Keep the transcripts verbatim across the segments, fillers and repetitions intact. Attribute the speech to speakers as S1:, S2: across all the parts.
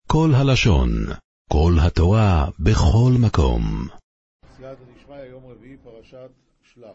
S1: כל הלשון, כל התורה, בכל מקום.
S2: סייעתא דשמיא, יום רביעי, פרשת שלח.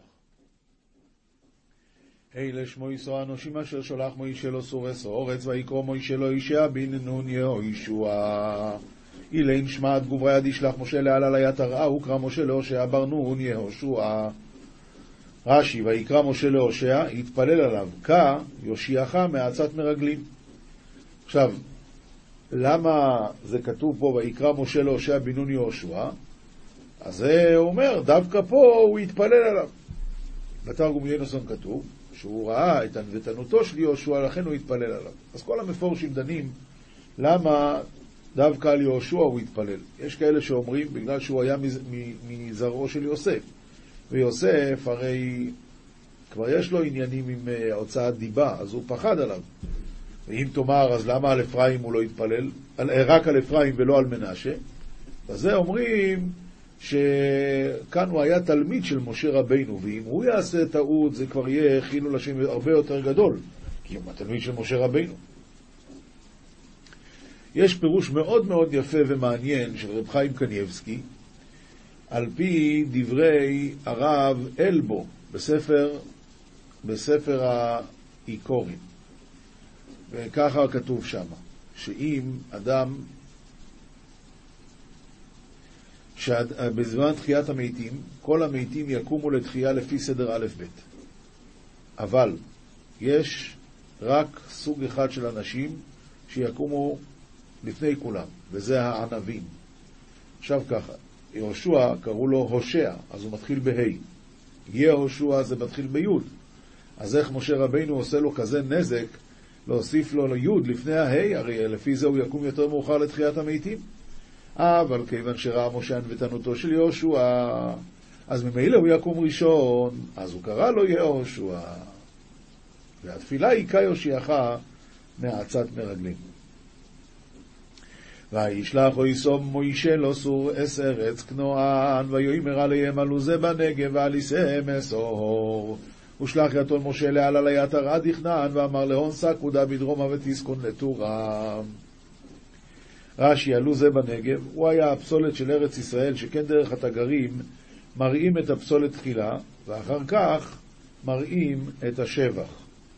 S2: אלה שמו ישוע אנושים אשר שולח מוישה לו סורס אורץ, ויקרא מוישה לו ישע בן נון יהושע. אילין שמעת גבריה דשלח משה לעלה ליתראה, וקרא משה להושע בר נון יהושע. רש"י, ויקרא משה להושע, התפלל עליו, כא יושיעך מעצת מרגלים. עכשיו, למה זה כתוב פה, ויקרא משה להושע בן נון יהושע? אז זה אומר, דווקא פה הוא התפלל עליו. בתרגום יונאסון כתוב, שהוא ראה את ענוותנותו של יהושע, לכן הוא התפלל עליו. אז כל המפורשים דנים, למה דווקא על יהושע הוא התפלל? יש כאלה שאומרים, בגלל שהוא היה מזרעו של יוסף. ויוסף הרי כבר יש לו עניינים עם הוצאת דיבה, אז הוא פחד עליו. ואם תאמר, אז למה על אפרים הוא לא התפלל? רק על אפרים ולא על מנשה? אז זה אומרים שכאן הוא היה תלמיד של משה רבינו, ואם הוא יעשה טעות זה כבר יהיה חילול השם הרבה יותר גדול, כי הוא התלמיד של משה רבינו. יש פירוש מאוד מאוד יפה ומעניין של רב חיים קניבסקי, על פי דברי הרב אלבו בספר, בספר האיקורים. וככה כתוב שם, שאם אדם, שבזמן תחיית המתים, כל המתים יקומו לתחייה לפי סדר א' ב'. אבל יש רק סוג אחד של אנשים שיקומו לפני כולם, וזה הענבים. עכשיו ככה, יהושע קראו לו הושע, אז הוא מתחיל בהי. יהושע זה מתחיל ביוד. אז איך משה רבינו עושה לו כזה נזק, להוסיף לו ליוד לפני ההי, הרי לפי זה הוא יקום יותר מאוחר לתחיית המתים. אבל כיוון שראה משה ענוותנותו של יהושע, אז ממילא הוא יקום ראשון, אז הוא קרא לו יהושע. והתפילה היא כא יושיעך מעצת מרגלים. וישלח וישום מוישה לו סור אס ארץ כנען, ויאמר עליהם עלו זה בנגב ועליסם אסור. ושלח יתון משה לעלה ליתראה דכנען, ואמר להון סקודה בדרומה ותסכון לטורם. רש"י, עלו זה בנגב, הוא היה הפסולת של ארץ ישראל, שכן דרך התגרים מראים את הפסולת תחילה, ואחר כך מראים את השבח.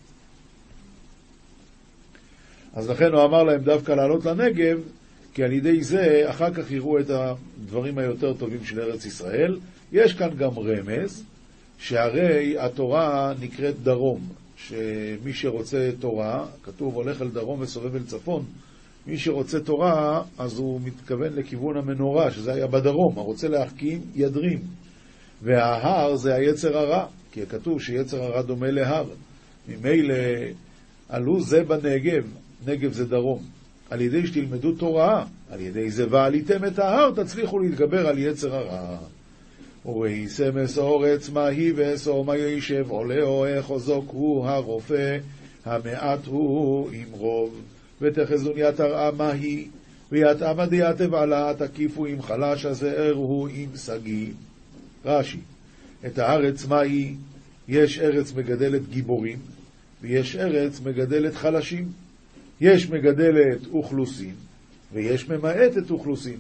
S2: אז לכן הוא אמר להם דווקא לעלות לנגב, כי על ידי זה אחר כך יראו את הדברים היותר טובים של ארץ ישראל. יש כאן גם רמז, שהרי התורה נקראת דרום, שמי שרוצה תורה, כתוב הולך אל דרום וסובב אל צפון, מי שרוצה תורה, אז הוא מתכוון לכיוון המנורה, שזה היה בדרום, הרוצה להחכים ידרים. וההר זה היצר הרע, כי כתוב שיצר הרע דומה להר. ממילא עלו זה בנגב, נגב זה דרום. על ידי שתלמדו תורה, על ידי זה ועליתם את ההר, תצליחו להתגבר על יצר הרע. וישם אס אורץ מה היא ואסור מה יישב, עולה או חוזק הוא הרופא, המעט הוא עם רוב. ותחזון יתראה מה היא, ויתאמה דיאטב עלה, תקיפו עם חלש, הזער הוא עם סגי. רש"י, את הארץ מה היא? יש ארץ מגדלת גיבורים, ויש ארץ מגדלת חלשים. יש מגדלת אוכלוסין, ויש ממעטת אוכלוסין.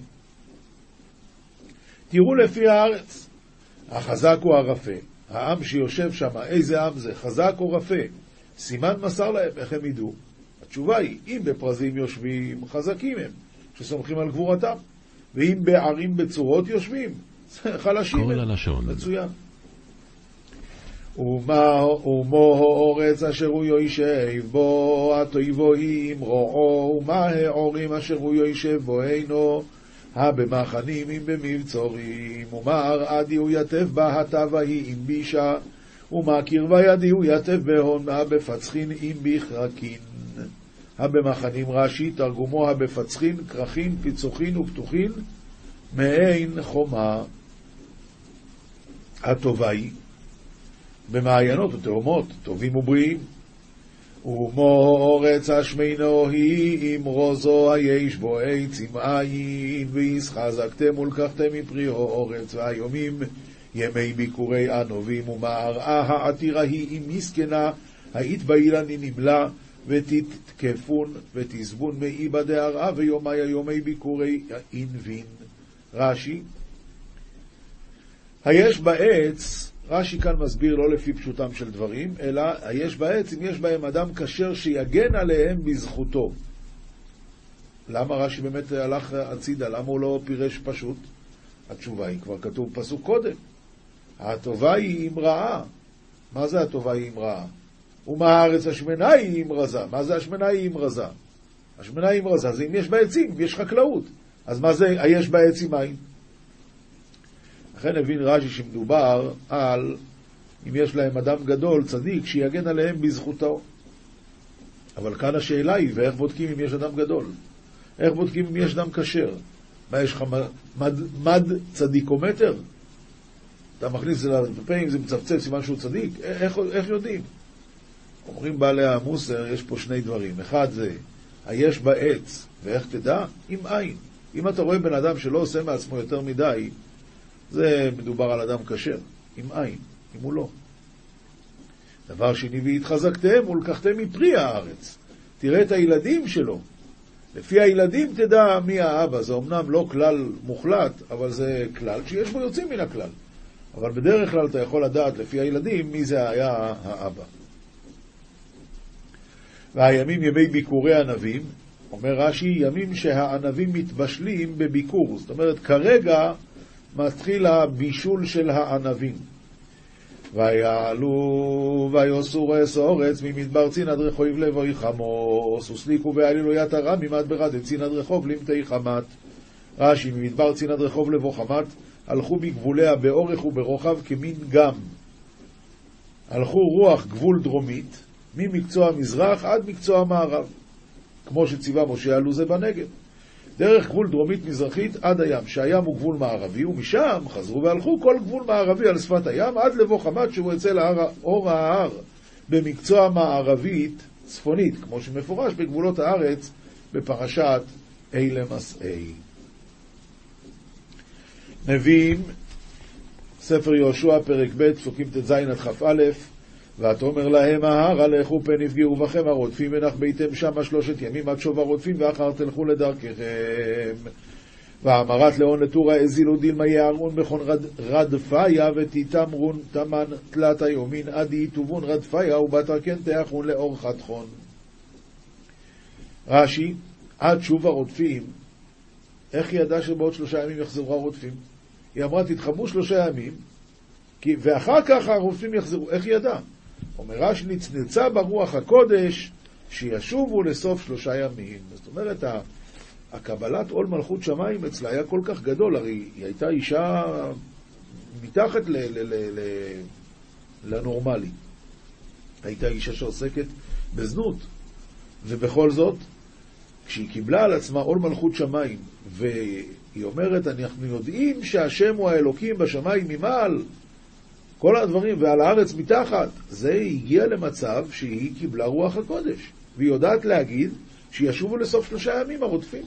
S2: תראו לפי הארץ, החזק הוא הרפה. העם שיושב שם, איזה עם זה, חזק או רפה? סימן מסר להם, איך הם ידעו? התשובה היא, אם בפרזים יושבים, חזקים הם, שסומכים על גבורתם. ואם בערים בצורות יושבים, חלשים הם. מצוין. ומו האורץ אשר הוא יושב בו, התויבוים רועו, ומה העורים אשר הוא יושב בו אינו, הבמחנים אם במבצורים, ומה ארעדי הוא יתף בה התווהי אם בישה, ומה קרבה ידי הוא יתף בהון, מה בפצחין אם בחרקין. הבמחנים רש"י, תרגומו הבפצחין, כרכים, פיצוחין ופתוחין, מעין חומה. הטובה במעיינות ותאומות, טובים ובריאים. ומו אורץ השמינו היא עם רוזו היש בו עץ עם עין, וישחזקתם ולקחתם מפרי אורץ, והיומים ימי ביקורי ענובים, ומערעה העתירה היא עם מסכנה, היית באילני נמלה, ותתקפון ותזבון מאיבא דהרעה ויומי יומי ביקורי אינבין. רש"י, היש בעץ, רש"י כאן מסביר לא לפי פשוטם של דברים, אלא היש בעץ אם יש בהם אדם כשר שיגן עליהם בזכותו. למה רש"י באמת הלך הצידה? למה הוא לא פירש פשוט? התשובה היא, כבר כתוב פסוק קודם, הטובה היא עם רעה. מה זה הטובה היא עם רעה? ומה הארץ השמנה היא עם רזה. מה זה השמנה היא עם רזה? השמנה היא עם רזה זה אם יש בעצים, אם יש חקלאות. אז מה זה היש בעץ עם מים? לכן הבין רש"י שמדובר על אם יש להם אדם גדול, צדיק, שיגן עליהם בזכותו. אבל כאן השאלה היא, ואיך בודקים אם יש אדם גדול? איך בודקים אם יש אדם כשר? מה, יש לך מד, מד צדיקומטר? אתה מכניס את זה לפה, אם זה מצפצף סימן שהוא צדיק? איך, איך יודעים? אומרים בעלי המוסר, יש פה שני דברים. אחד זה, היש בעץ, ואיך תדע? עם עין. אם אתה רואה בן אדם שלא עושה מעצמו יותר מדי, זה מדובר על אדם כשר, עם עין, אם הוא לא. דבר שני, והתחזקתם ולקחתם מפרי הארץ. תראה את הילדים שלו. לפי הילדים תדע מי האבא. זה אמנם לא כלל מוחלט, אבל זה כלל שיש בו יוצאים מן הכלל. אבל בדרך כלל אתה יכול לדעת לפי הילדים מי זה היה האבא. והימים ימי ביקורי ענבים, אומר רש"י, ימים שהענבים מתבשלים בביקור. זאת אומרת, כרגע מתחיל הבישול של הענבים. ויעלו ויוסו רס אורץ ממדבר צין עד רחוב לבוי חמוס וסליקו ועלילו יתרה ממד ברד צין עד רחוב למתי חמת. רש"י, ממדבר צין עד רחוב לבו חמת הלכו בגבוליה באורך וברוחב כמין גם. הלכו רוח גבול דרומית ממקצוע המזרח עד מקצוע המערב, כמו שציווה משה עלו זה בנגב. דרך גבול דרומית מזרחית עד הים, שהים הוא גבול מערבי, ומשם חזרו והלכו כל גבול מערבי על שפת הים עד לבוא חמת שהוא יצא לאור ההר במקצוע מערבית צפונית, כמו שמפורש בגבולות הארץ בפרשת אלה מסעי. נביאים, ספר יהושע פרק ב' פסוקים ט"ז עד כ"א. ותאמר להם ההר הלכו פן יפגעו בכם הרודפים ונח ביתם שמה שלושת ימים עד שוב הרודפים ואחר תלכו לדרככם. ואמרת לאון לטורה הזילו דילמה יערון בכון רד, רדפיה ותתמרון תמן תלת היומין עד יתובון רדפיה ובתרקן תאחון לאור חתכון. רש"י, עד שוב הרודפים, איך היא ידעה שבעוד שלושה ימים יחזרו הרודפים? היא אמרה תתחמו שלושה ימים כי, ואחר כך הרודפים יחזרו. איך היא ידעה? אומר רש"י, נצנצה ברוח הקודש שישובו לסוף שלושה ימים. זאת אומרת, הקבלת עול מלכות שמיים אצלה היה כל כך גדול, הרי היא הייתה אישה מתחת ל- ל- ל- ל- לנורמלי. הייתה אישה שעוסקת בזנות, ובכל זאת, כשהיא קיבלה על עצמה עול מלכות שמיים, והיא אומרת, אנחנו יודעים שהשם הוא האלוקים בשמיים ממעל, כל הדברים, ועל הארץ מתחת, זה הגיע למצב שהיא קיבלה רוח הקודש, והיא יודעת להגיד שישובו לסוף שלושה ימים הרודפים.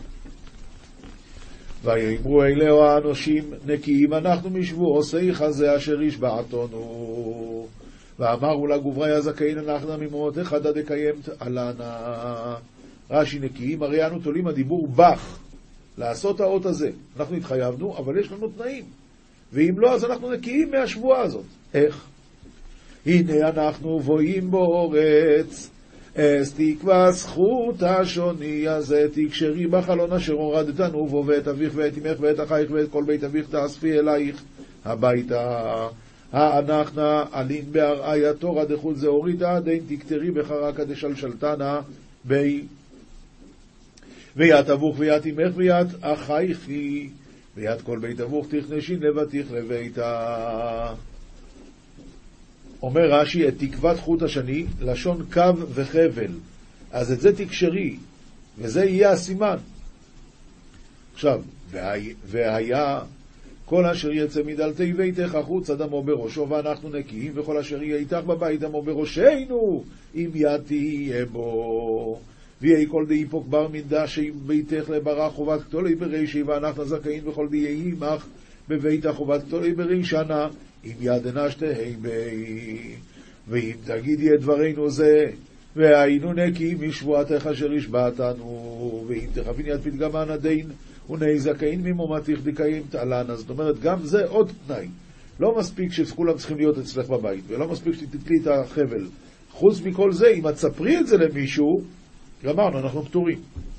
S2: ויאמרו אלהו האנושים נקיים אנחנו משבו עושי חזה אשר ישבעתנו. ואמרו לה גברי הזכאין אנחנו ממורתך עד דקיימת עלנה. רש"י, נקיים, הרי אנו תולים הדיבור בך לעשות האות הזה. אנחנו התחייבנו, אבל יש לנו תנאים. ואם לא, אז אנחנו נקיים מהשבועה הזאת. איך? הנה אנחנו בואים באורץ, אז תקבע זכות השוני הזה, תקשרי בחלון אשר הורדתנו בו, ואת אביך ואת אמך ואת אחייך ואת כל בית אביך תאספי אלייך הביתה. האנחנה עלין בהרעיה תורה דחול זה הורידה, דין תקטרי בחרקה דשלשלתנה בי. ויית אבוך ויית אמך ויית אחייכי ויית כל בית אבוך תכנשין לבתיך לביתה. אומר רש"י, את תקוות חוט השני, לשון קו וחבל. אז את זה תקשרי, וזה יהיה הסימן. עכשיו, והיה, והיה כל אשר יצא מדלתי ביתך החוצה דמו בראשו, ואנחנו נקיים, וכל אשר יהיה איתך בבית דמו בראשנו, אם יד תהיה בו. ויהי כל די פוק בר מידה שביתך לברך חובת כתולי ברישי, ואנחנו זכאים וכל די יהי עמך בבית חובת כתולי ברישנה, אם יד נשתה בי. ואם תגידי את דברנו זה, והיינו נקי משבועתך אשר השבעתנו, ואם תכפין יד פתגמן הדין, ונזקין ממומתיך דקאים תעלן. אז זאת אומרת, גם זה עוד תנאי. לא מספיק שכולם צריכים להיות אצלך בבית, ולא מספיק שתתלי את החבל. חוץ מכל זה, אם את ספרי את זה למישהו, אמרנו, אנחנו פטורים.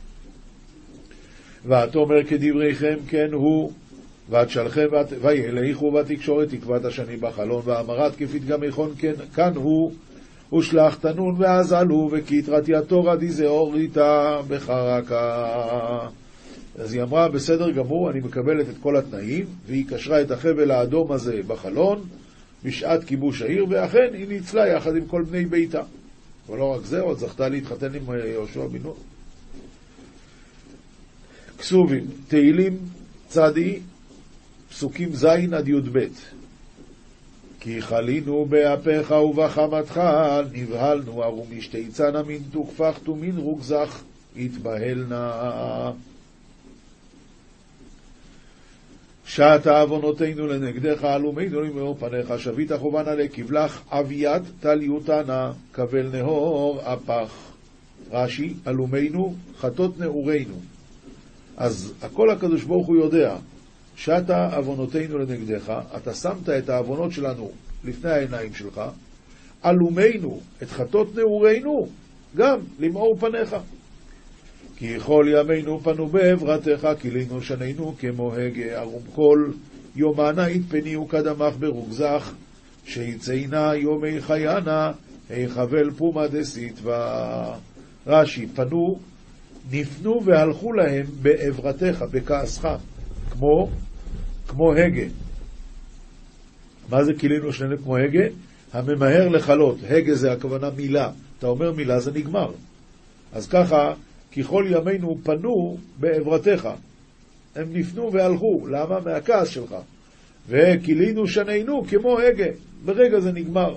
S2: ואת אומר כדבריכם כן הוא, ואת שלכם וילכו בתקשורת תקוות השני בחלון, ואמרת כפתגם איכון כן, כאן הוא, ושלח תנון ואז עלו, וכתרת יתורה דיזאור איתה בחרקה. אז היא אמרה, בסדר גמור, אני מקבלת את כל התנאים, והיא קשרה את החבל האדום הזה בחלון, בשעת כיבוש העיר, ואכן היא ניצלה יחד עם כל בני ביתה. אבל לא רק זה, עוד זכתה להתחתן עם יהושע בן נון. כסובים, תהילים צדי, פסוקים זין עד י"ב. כי חלינו באפיך ובחמתך, נבהלנו ארום משתיצנה מן תוקפחת ומן רוגזך, התבהלנה. שעת עוונותינו לנגדך, עלומנו למאור פניך, שביט חובנה לכבלך, אביית תליותנה, כבל נהור הפך. רש"י, עלומנו, חטות נעורנו. אז הכל הקדוש ברוך הוא יודע, שעת עוונותינו לנגדך, אתה שמת את העוונות שלנו לפני העיניים שלך, עלומנו, את חטות נעורנו, גם למאור פניך. כי כל ימינו פנו בעברתך, כילינו שנינו כמו הגה, ערום כל יומנה יתפניו קדמך ברוגזך, שיציינה יומי חיינה, היחבל פומה דסית. ורש"י, פנו, נפנו והלכו להם בעברתך, בכעסך, כמו, כמו הגה. מה זה כילינו שנינו כמו הגה? הממהר לחלות. הגה זה הכוונה מילה. אתה אומר מילה זה נגמר. אז ככה, כי כל ימינו פנו בעברתך. הם נפנו והלכו. למה? מהכעס שלך. וכילינו שנינו כמו הגה. ברגע זה נגמר.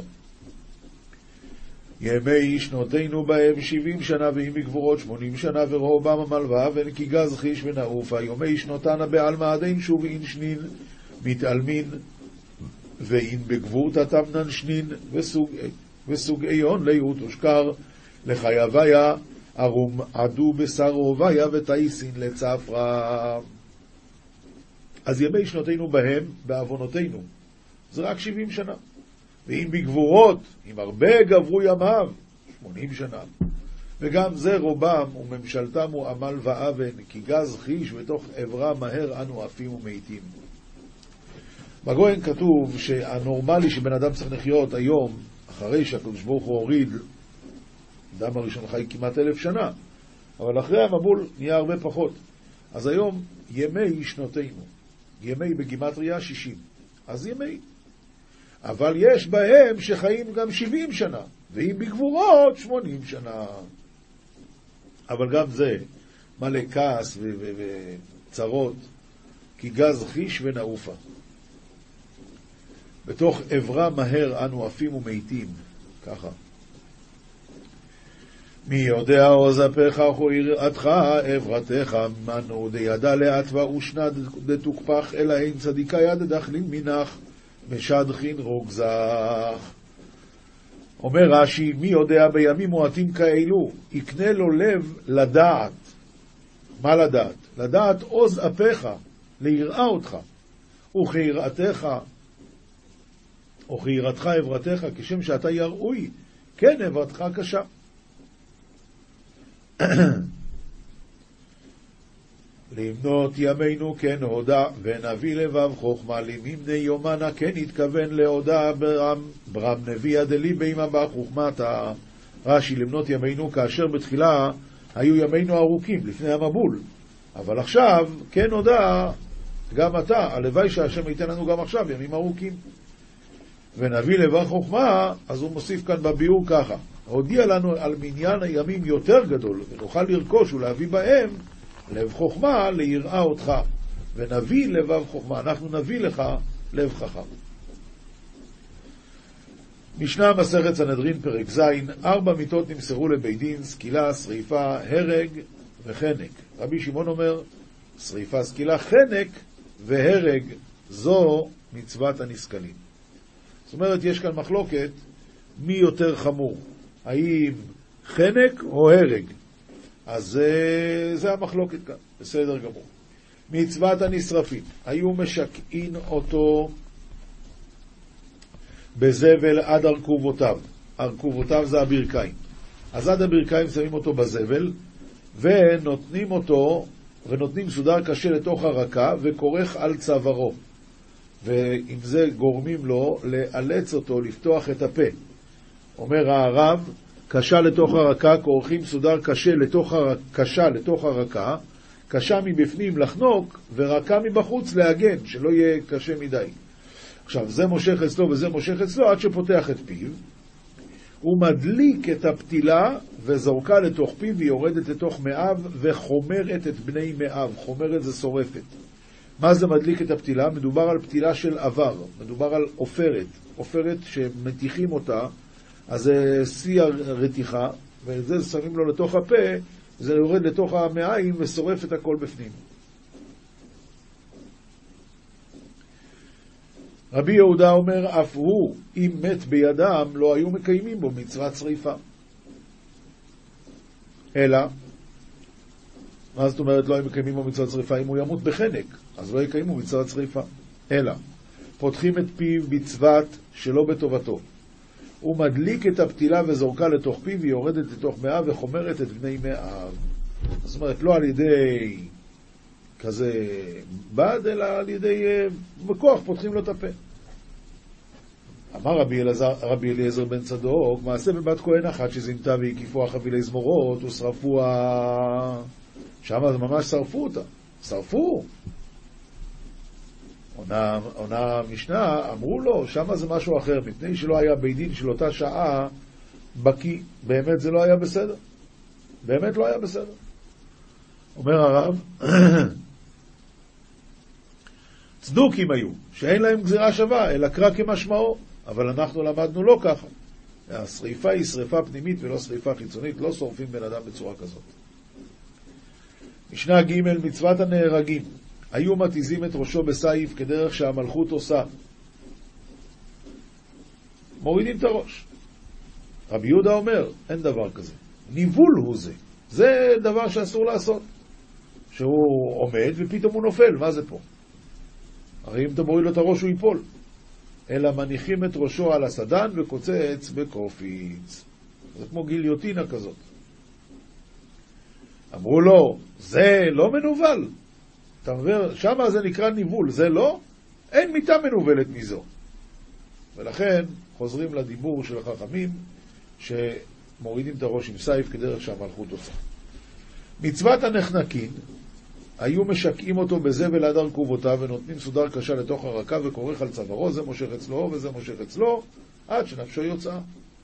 S2: ימי שנותינו בהם שבעים שנה, ואם בגבורות שמונים שנה, ורובם המלווה, ואין כי גז חיש ונעופה. יומי שנותנה בעל מעדין שוב אין שנין, מתעלמין, ואין בגבות התמנן שנין, וסוג, וסוג איון ליהות ושקר, לחייביה, ארום עדו בשר הוביה, ותאיסין לצפרה. אז ימי שנותינו בהם, בעוונותינו, זה רק שבעים שנה. ואם בגבורות, אם הרבה גברו ימיו, שמונים שנה. וגם זה רובם וממשלתם הוא עמל ואבן, כי גז חיש בתוך עברה מהר אנו עפים ומתים. בגויין כתוב שהנורמלי שבן אדם צריך לחיות היום, אחרי שהקדוש ברוך הוא הוריד, אדם הראשון חי כמעט אלף שנה, אבל אחרי המבול נהיה הרבה פחות. אז היום ימי שנותינו, ימי בגימטריה שישים, אז ימי. אבל יש בהם שחיים גם שבעים שנה, ואם בגבורות שמונים שנה. אבל גם זה מלא כעס ו- ו- וצרות, כי גז חיש ונעופה. בתוך עברה מהר אנו עפים ומתים, ככה. מי יודע עוז אפיך או יראתך, עברתך, מנו דידה לעטווה ושנה דתוקפח, אלא אין צדיקה יד דחלין מנח, משדכין רוגזך. אומר רש"י, מי יודע בימים מועטים כאלו, יקנה לו לב לדעת. מה לדעת? לדעת עוז אפיך, ליראה אותך. וכיראתך, או כיראתך עברתך, כשם שאתה יראוי, כן עברתך קשה. למנות ימינו כן הודע, ונביא לבב חוכמה, לימימני יומנה כן התכוון להודע ברם, ברם נביא הדלי בימה בחוכמתה. רש"י, למנות ימינו, כאשר בתחילה היו ימינו ארוכים, לפני המבול. אבל עכשיו כן הודע, גם אתה, הלוואי שהשם ייתן לנו גם עכשיו ימים ארוכים. ונביא לבב חוכמה, אז הוא מוסיף כאן בביאור ככה, הודיע לנו על מניין הימים יותר גדול, ונוכל לרכוש ולהביא בהם לב חוכמה ליראה אותך, ונביא לבב חוכמה, אנחנו נביא לך לב חכם. משנה מסכת סנהדרין פרק ז', ארבע מיתות נמסרו לבית דין, סקילה, שריפה, הרג וחנק. רבי שמעון אומר, שריפה, סקילה, חנק והרג, זו מצוות הנסכלים. זאת אומרת, יש כאן מחלוקת מי יותר חמור, האם חנק או הרג. אז זה, זה המחלוקת כאן, בסדר גמור. מצוות הנשרפים, היו משקעין אותו בזבל עד ארכובותיו. ארכובותיו זה הברכיים. אז עד הברכיים שמים אותו בזבל, ונותנים אותו, ונותנים סודר קשה לתוך הרקה, וכורך על צווארו. ועם זה גורמים לו לאלץ אותו לפתוח את הפה. אומר הרב, קשה לתוך הרקה, כורכים סודר קשה לתוך הרקה, קשה לתוך הרקה, קשה מבפנים לחנוק, ורקה מבחוץ להגן, שלא יהיה קשה מדי. עכשיו, זה מושך אצלו וזה מושך אצלו עד שפותח את פיו. הוא מדליק את הפתילה וזורקה לתוך פיו, והיא יורדת לתוך מאב וחומרת את בני מאב. חומרת זה שורפת. מה זה מדליק את הפתילה? מדובר על פתילה של עבר, מדובר על עופרת. עופרת שמתיחים אותה, אז זה שיא הרתיחה, וזה שמים לו לתוך הפה, זה יורד לתוך המעיים ושורף את הכל בפנים. רבי יהודה אומר, אף הוא, אם מת בידם, לא היו מקיימים בו מצוות שריפה. אלא, מה זאת אומרת לא היו מקיימים בו מצוות שריפה? אם הוא ימות בחנק, אז לא יקיימו מצוות שריפה. אלא, פותחים את פיו בצוות שלא בטובתו. הוא מדליק את הפתילה וזורקה לתוך פיו, והיא יורדת לתוך מאב וחומרת את בני מאב. זאת אומרת, לא על ידי כזה בד, אלא על ידי בכוח פותחים לו את הפה. אמר רבי אלעזר, רבי אליעזר בן צדוק, מעשה בבת כהן אחת שזינתה והקיפוה חבילי זמורות ושרפו ה... שם ממש שרפו אותה. שרפו. עונה, עונה משנה, אמרו לו, שם זה משהו אחר, מפני שלא היה בית דין של אותה שעה בקי. באמת זה לא היה בסדר. באמת לא היה בסדר. אומר הרב, צדוקים היו, שאין להם גזירה שווה, אלא קרא כמשמעו, אבל אנחנו למדנו לא ככה. השריפה היא שריפה פנימית ולא שריפה חיצונית, לא שורפים בן אדם בצורה כזאת. משנה ג' מצוות הנהרגים, היו מתיזים את ראשו בסייף כדרך שהמלכות עושה. מורידים את הראש. רבי יהודה אומר, אין דבר כזה. ניבול הוא זה. זה דבר שאסור לעשות. שהוא עומד ופתאום הוא נופל, מה זה פה? הרי אם אתה מוריד לו את הראש הוא ייפול. אלא מניחים את ראשו על הסדן וקוצץ בקופיץ. זה כמו גיליוטינה כזאת. אמרו לו, זה לא מנובל. אתה אומר, שמה זה נקרא ניבול, זה לא? אין מיטה מנובלת מזו. ולכן חוזרים לדיבור של החכמים שמורידים את הראש עם סייף כדרך שהמלכות עושה. מצוות הנחנקין, היו משקעים אותו בזבל עד ארכובותיו ונותנים סודר קשה לתוך הרקה וכורך על צווארו, זה מושך אצלו וזה מושך אצלו עד שנפשו יוצאה.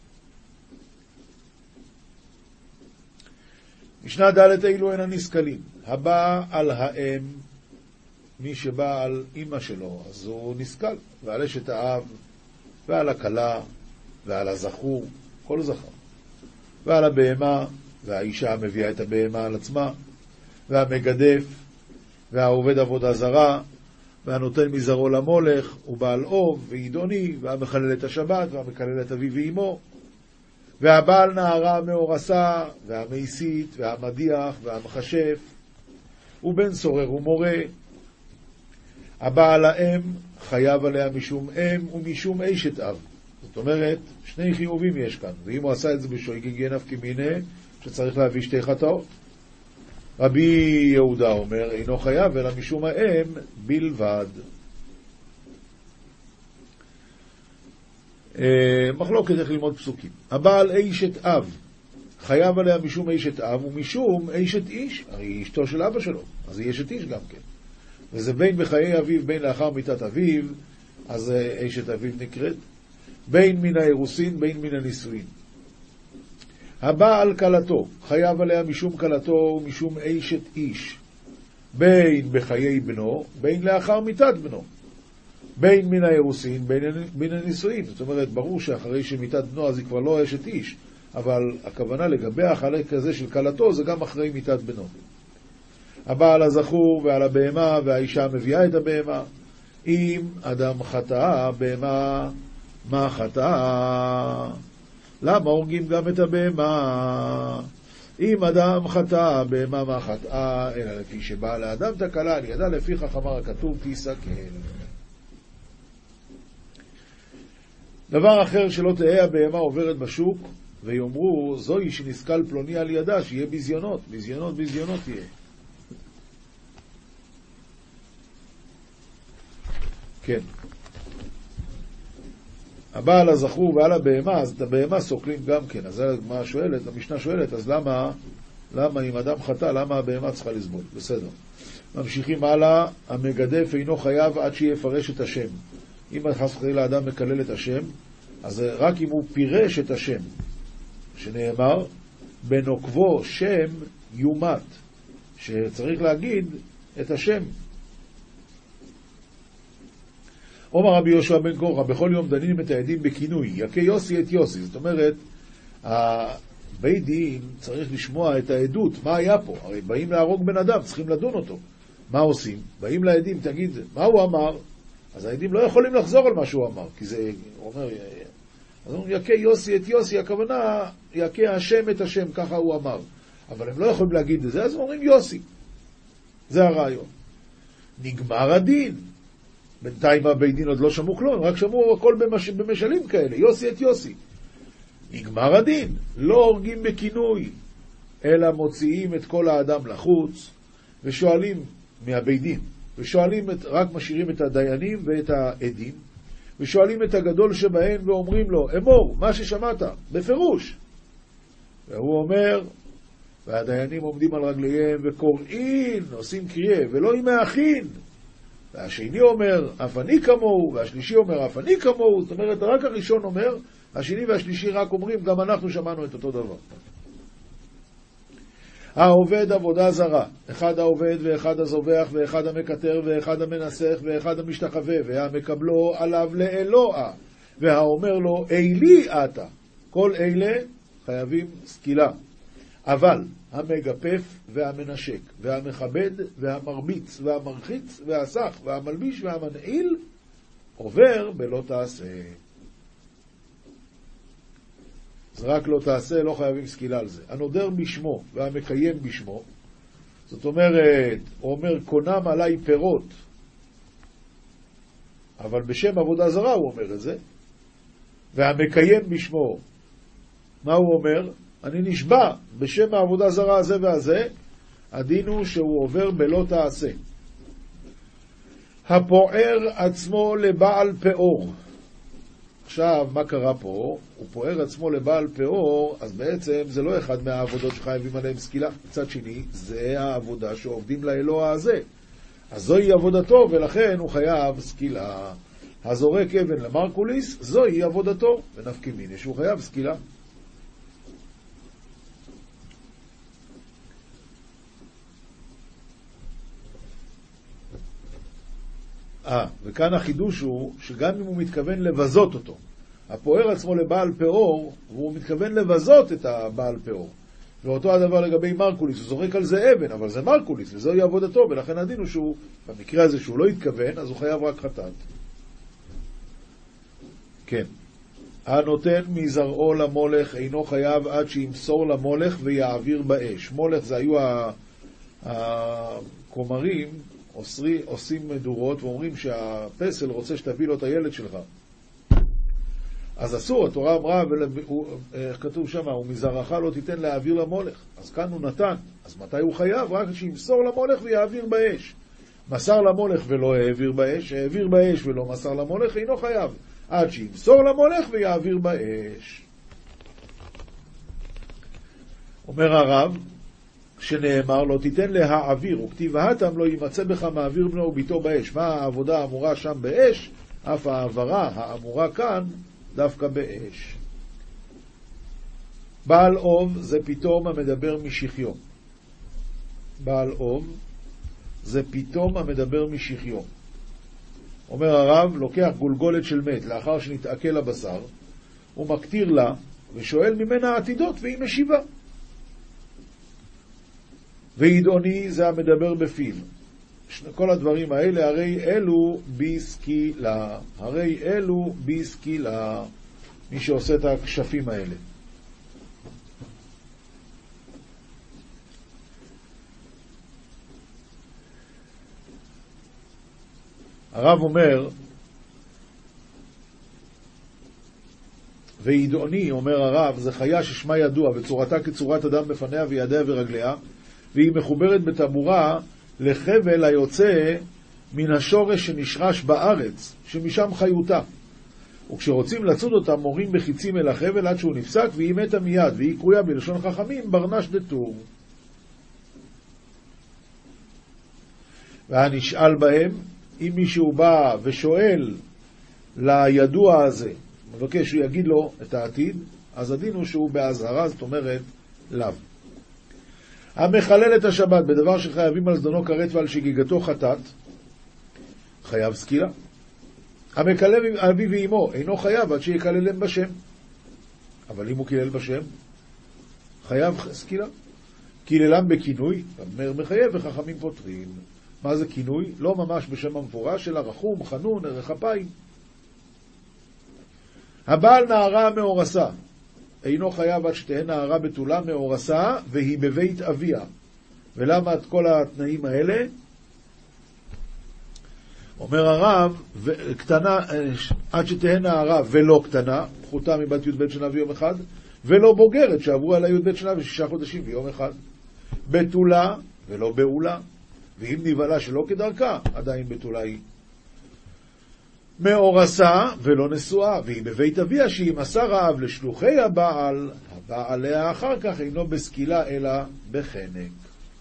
S2: משנה ד' אילו הן הנסכלים. הבא על האם, מי שבא על אמא שלו, אז הוא נסכל, ועל אשת האב, ועל הכלה, ועל הזכור, כל זכר, ועל הבהמה, והאישה מביאה את הבהמה על עצמה, והמגדף, והעובד עבודה זרה, והנותן מזרו למולך, ובעל אוב, ועידוני, והמחלל את השבת, והמקלל את אביו ואמו, והבעל נערה מאורסה, והמייסית, והמדיח, והמחשף, ובן סורר ומורה. הבעל האם חייב עליה משום אם ומשום אשת אב. זאת אומרת, שני חיובים יש כאן, ואם הוא עשה את זה בשויגי נפקא מינה, שצריך להביא שתי חטאות. רבי יהודה אומר, אינו חייב, אלא משום האם בלבד. מחלוקת איך ללמוד פסוקים. הבעל אשת אב חייב עליה משום אשת אב ומשום אשת איש, הרי היא אשתו של אבא שלו, אז היא אשת איש גם כן. וזה בין בחיי אביו בין לאחר מיתת אביו, אז אשת אביו נקראת. בין מן האירוסין בין מן הנישואין. הבעל כלתו חייב עליה משום כלתו ומשום אשת איש, בין בחיי בנו בין לאחר מיתת בנו. בין מן האירוסין בין מן הנישואין. זאת אומרת, ברור שאחרי שמיתת בנו אז היא כבר לא אשת איש, אבל הכוונה לגבי החלק הזה של כלתו זה גם אחרי מיתת בנו. הבעל הזכור ועל הבהמה, והאישה מביאה את הבהמה. אם אדם חטא, בהמה מה חטא? למה הורגים גם את הבהמה? אם אדם חטא בהמה מה חטאה, אלא לפי שבא לאדם תקלה, אני ידע לפי חכמר הכתוב תסכל. דבר אחר שלא תהיה הבהמה עוברת בשוק, ויאמרו, זוהי שנסקל פלוני על ידה, שיהיה בזיונות, בזיונות, בזיונות תהיה. כן. הבעל הזכור ועל הבהמה, אז את הבהמה סוקלים גם כן. אז מה שואלת, המשנה שואלת, אז למה, למה אם אדם חטא, למה הבהמה צריכה לסבול? בסדר. ממשיכים הלאה, המגדף אינו חייב עד שיפרש את השם. אם חס וחלילה האדם מקלל את השם, אז רק אם הוא פירש את השם, שנאמר, בנוקבו שם יומת, שצריך להגיד את השם. אומר רבי יהושע בן קורחה, בכל יום דנים את העדים בכינוי, יקה יוסי את יוסי. זאת אומרת, הבית דין צריך לשמוע את העדות, מה היה פה? הרי באים להרוג בן אדם, צריכים לדון אותו. מה עושים? באים לעדים, תגיד, מה הוא אמר? אז העדים לא יכולים לחזור על מה שהוא אמר, כי זה, הוא אומר, אז אומרים, יקה יוסי את יוסי, הכוונה, יקה השם את השם, ככה הוא אמר. אבל הם לא יכולים להגיד את זה, אז אומרים יוסי. זה הרעיון. נגמר הדין. בינתיים הבית דין עוד לא שמעו כלום, רק שמעו הכל במש... במשלים כאלה, יוסי את יוסי. נגמר הדין, לא הורגים בכינוי, אלא מוציאים את כל האדם לחוץ, ושואלים מהבית דין, ושואלים את, רק משאירים את הדיינים ואת העדים, ושואלים את הגדול שבהן ואומרים לו, אמור, מה ששמעת, בפירוש. והוא אומר, והדיינים עומדים על רגליהם וקוראים, עושים קריאה, ולא עם האחין. והשני אומר, אף אני כמוהו, והשלישי אומר, אף אני כמוהו. זאת אומרת, רק הראשון אומר, השני והשלישי רק אומרים, גם אנחנו שמענו את אותו דבר. העובד עבודה זרה, אחד העובד ואחד הזובח ואחד המקטר ואחד המנסח ואחד המשתחווה והמקבלו עליו לאלוה והאומר לו אילי אתה, כל אלה חייבים סקילה. אבל המגפף והמנשק והמכבד והמרביץ והמרחיץ והסך והמלביש והמנעיל עובר בלא תעשה. אז רק לא תעשה, לא חייבים סקילה על זה. הנודר בשמו והמקיים בשמו, זאת אומרת, הוא אומר, קונם עליי פירות, אבל בשם עבודה זרה הוא אומר את זה, והמקיים בשמו, מה הוא אומר? אני נשבע בשם העבודה זרה הזה והזה, הדין הוא שהוא עובר בלא תעשה. הפוער עצמו לבעל פאור. עכשיו, מה קרה פה? הוא פוער עצמו לבעל פאור, אז בעצם זה לא אחד מהעבודות שחייבים עליהם סקילה. מצד שני, זה העבודה שעובדים לאלוה הזה. אז זוהי עבודתו, ולכן הוא חייב סקילה. הזורק אבן למרקוליס, זוהי עבודתו, ונפקא מינה שהוא חייב סקילה. אה, וכאן החידוש הוא שגם אם הוא מתכוון לבזות אותו, הפוער עצמו לבעל פאור, והוא מתכוון לבזות את הבעל פאור. ואותו הדבר לגבי מרקוליס, הוא זורק על זה אבן, אבל זה מרקוליס, וזוהי עבודתו, ולכן הדין הוא שהוא, במקרה הזה שהוא לא התכוון, אז הוא חייב רק חטאת. כן. הנותן מזרעו למולך אינו חייב עד שימסור למולך ויעביר באש. מולך זה היו הכומרים, עושרי, עושים מדורות ואומרים שהפסל רוצה שתביא לו את הילד שלך. אז אסור, התורה אמרה, איך כתוב שם, ומזרעך לא תיתן להעביר למולך. אז כאן הוא נתן. אז מתי הוא חייב? רק שימסור למולך ויעביר באש. מסר למולך ולא העביר באש, העביר באש ולא מסר למולך, אינו חייב. עד שימסור למולך ויעביר באש. אומר הרב, שנאמר לא תיתן להעביר, וכתיב האתם לא יימצא בך מעביר בנו וביתו באש. מה העבודה האמורה שם באש? אף העברה האמורה כאן דווקא באש. בעל אוב זה פתאום המדבר משחיו. בעל אוב זה פתאום המדבר משחיו. אומר הרב, לוקח גולגולת של מת לאחר שנתעכל הבשר, הוא מקטיר לה ושואל ממנה עתידות והיא משיבה. וידעוני זה המדבר בפיו. כל הדברים האלה, הרי אלו בסקילה. הרי אלו בסקילה. מי שעושה את הכשפים האלה. הרב אומר, וידעוני, אומר הרב, זה חיה ששמה ידוע, וצורתה כצורת אדם בפניה וידיה ורגליה, והיא מחוברת בטבורה לחבל היוצא מן השורש שנשרש בארץ, שמשם חיותה. וכשרוצים לצוד אותה, מורים בחיצים אל החבל עד שהוא נפסק, והיא מתה מיד, והיא קרויה בלשון חכמים ברנש דטור. והנשאל בהם, אם מישהו בא ושואל לידוע הזה, מבקש שהוא יגיד לו את העתיד, אז הדין הוא שהוא בהזהרה, זאת אומרת לאו. המחלל את השבת בדבר שחייבים על זדונו כרת ועל שגיגתו חטאת, חייב סקילה. המקלל אביו ואמו אינו חייב עד שיקללם בשם, אבל אם הוא קילל בשם, חייב סקילה. קיללם בכינוי, אומר מחייב וחכמים פותרים. מה זה כינוי? לא ממש בשם המפורש, אלא רחום, חנון, ערך אפיים. הבעל נערה מאורסה, אינו חייב עד שתהיה נערה בתולה מאורסה, והיא בבית אביה. ולמה את כל התנאים האלה? אומר הרב, קטנה, עד שתהיה נערה ולא קטנה, פחותה מבת י' ב' שנה ויום אחד, ולא בוגרת שעברו על הי' ב' שנה ושישה חודשים ויום אחד. בתולה ולא בעולה, ואם נבעלה שלא כדרכה, עדיין בתולה היא. מאורסה ולא נשואה, והיא בבית אביה שהיא מסר האב לשלוחי הבעל, הבעל עליה אחר כך אינו בסקילה אלא בחנק.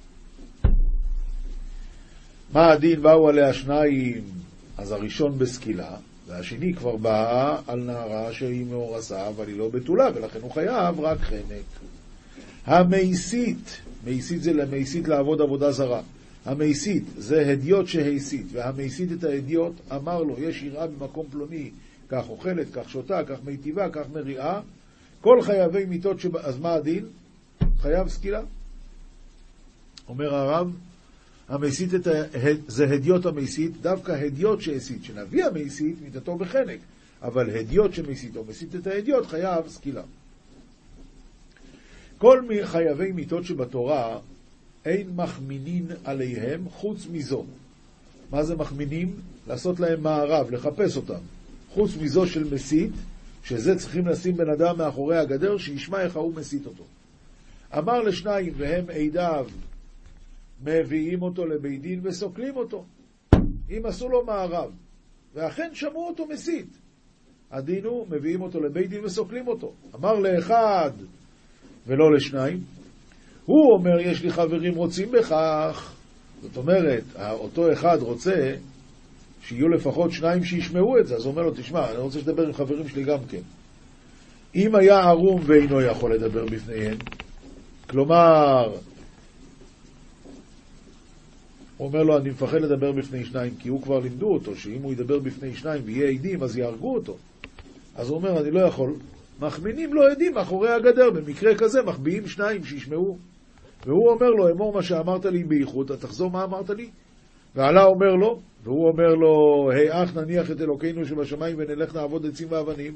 S2: מה הדין? באו עליה שניים, אז הראשון בסקילה, והשני כבר בא על נערה שהיא מאורסה, אבל היא לא בתולה, ולכן הוא חייב רק חנק. המייסית, מייסית זה למייסית לעבוד עבודה זרה. המייסית זה הדיוט שהייסית, והמייסית את ההדיוט אמר לו, יש יראה במקום פלוני, כך אוכלת, כך שותה, כך מיטיבה, כך מריאה, כל חייבי מיתות שב... אז מה הדין? חייב סקילה. אומר הרב, המייסית את ה... זה הדיוט המייסית, דווקא הדיוט שהייסית, שנביא המייסית מיתתו בחנק, אבל הדיוט שמייסית או מייסית את ההדיוט חייב סקילה. כל חייבי מיתות שבתורה אין מחמינין עליהם חוץ מזו. מה זה מחמינים? לעשות להם מערב, לחפש אותם. חוץ מזו של מסית, שזה צריכים לשים בן אדם מאחורי הגדר, שישמע איך הוא מסית אותו. אמר לשניים, והם עדיו, מביאים אותו לבית דין וסוקלים אותו. אם עשו לו מערב, ואכן שמעו אותו מסית, הדין הוא, מביאים אותו לבית דין וסוקלים אותו. אמר לאחד ולא לשניים, הוא אומר, יש לי חברים רוצים בכך. זאת אומרת, אותו אחד רוצה שיהיו לפחות שניים שישמעו את זה. אז הוא אומר לו, תשמע, אני רוצה שתדבר עם חברים שלי גם כן. אם היה ערום ואינו יכול לדבר בפניהם, כלומר, הוא אומר לו, אני מפחד לדבר בפני שניים, כי הוא כבר לימדו אותו, שאם הוא ידבר בפני שניים ויהיה עדים, אז יהרגו אותו. אז הוא אומר, אני לא יכול. מחמינים לא עדים מאחורי הגדר, במקרה כזה מחביאים שניים שישמעו. והוא אומר לו, אמור מה שאמרת לי בייחוד, תחזור מה אמרת לי. ועלה אומר לו, והוא אומר לו, היי אח נניח את אלוקינו שבשמיים ונלך נעבוד עצים ואבנים.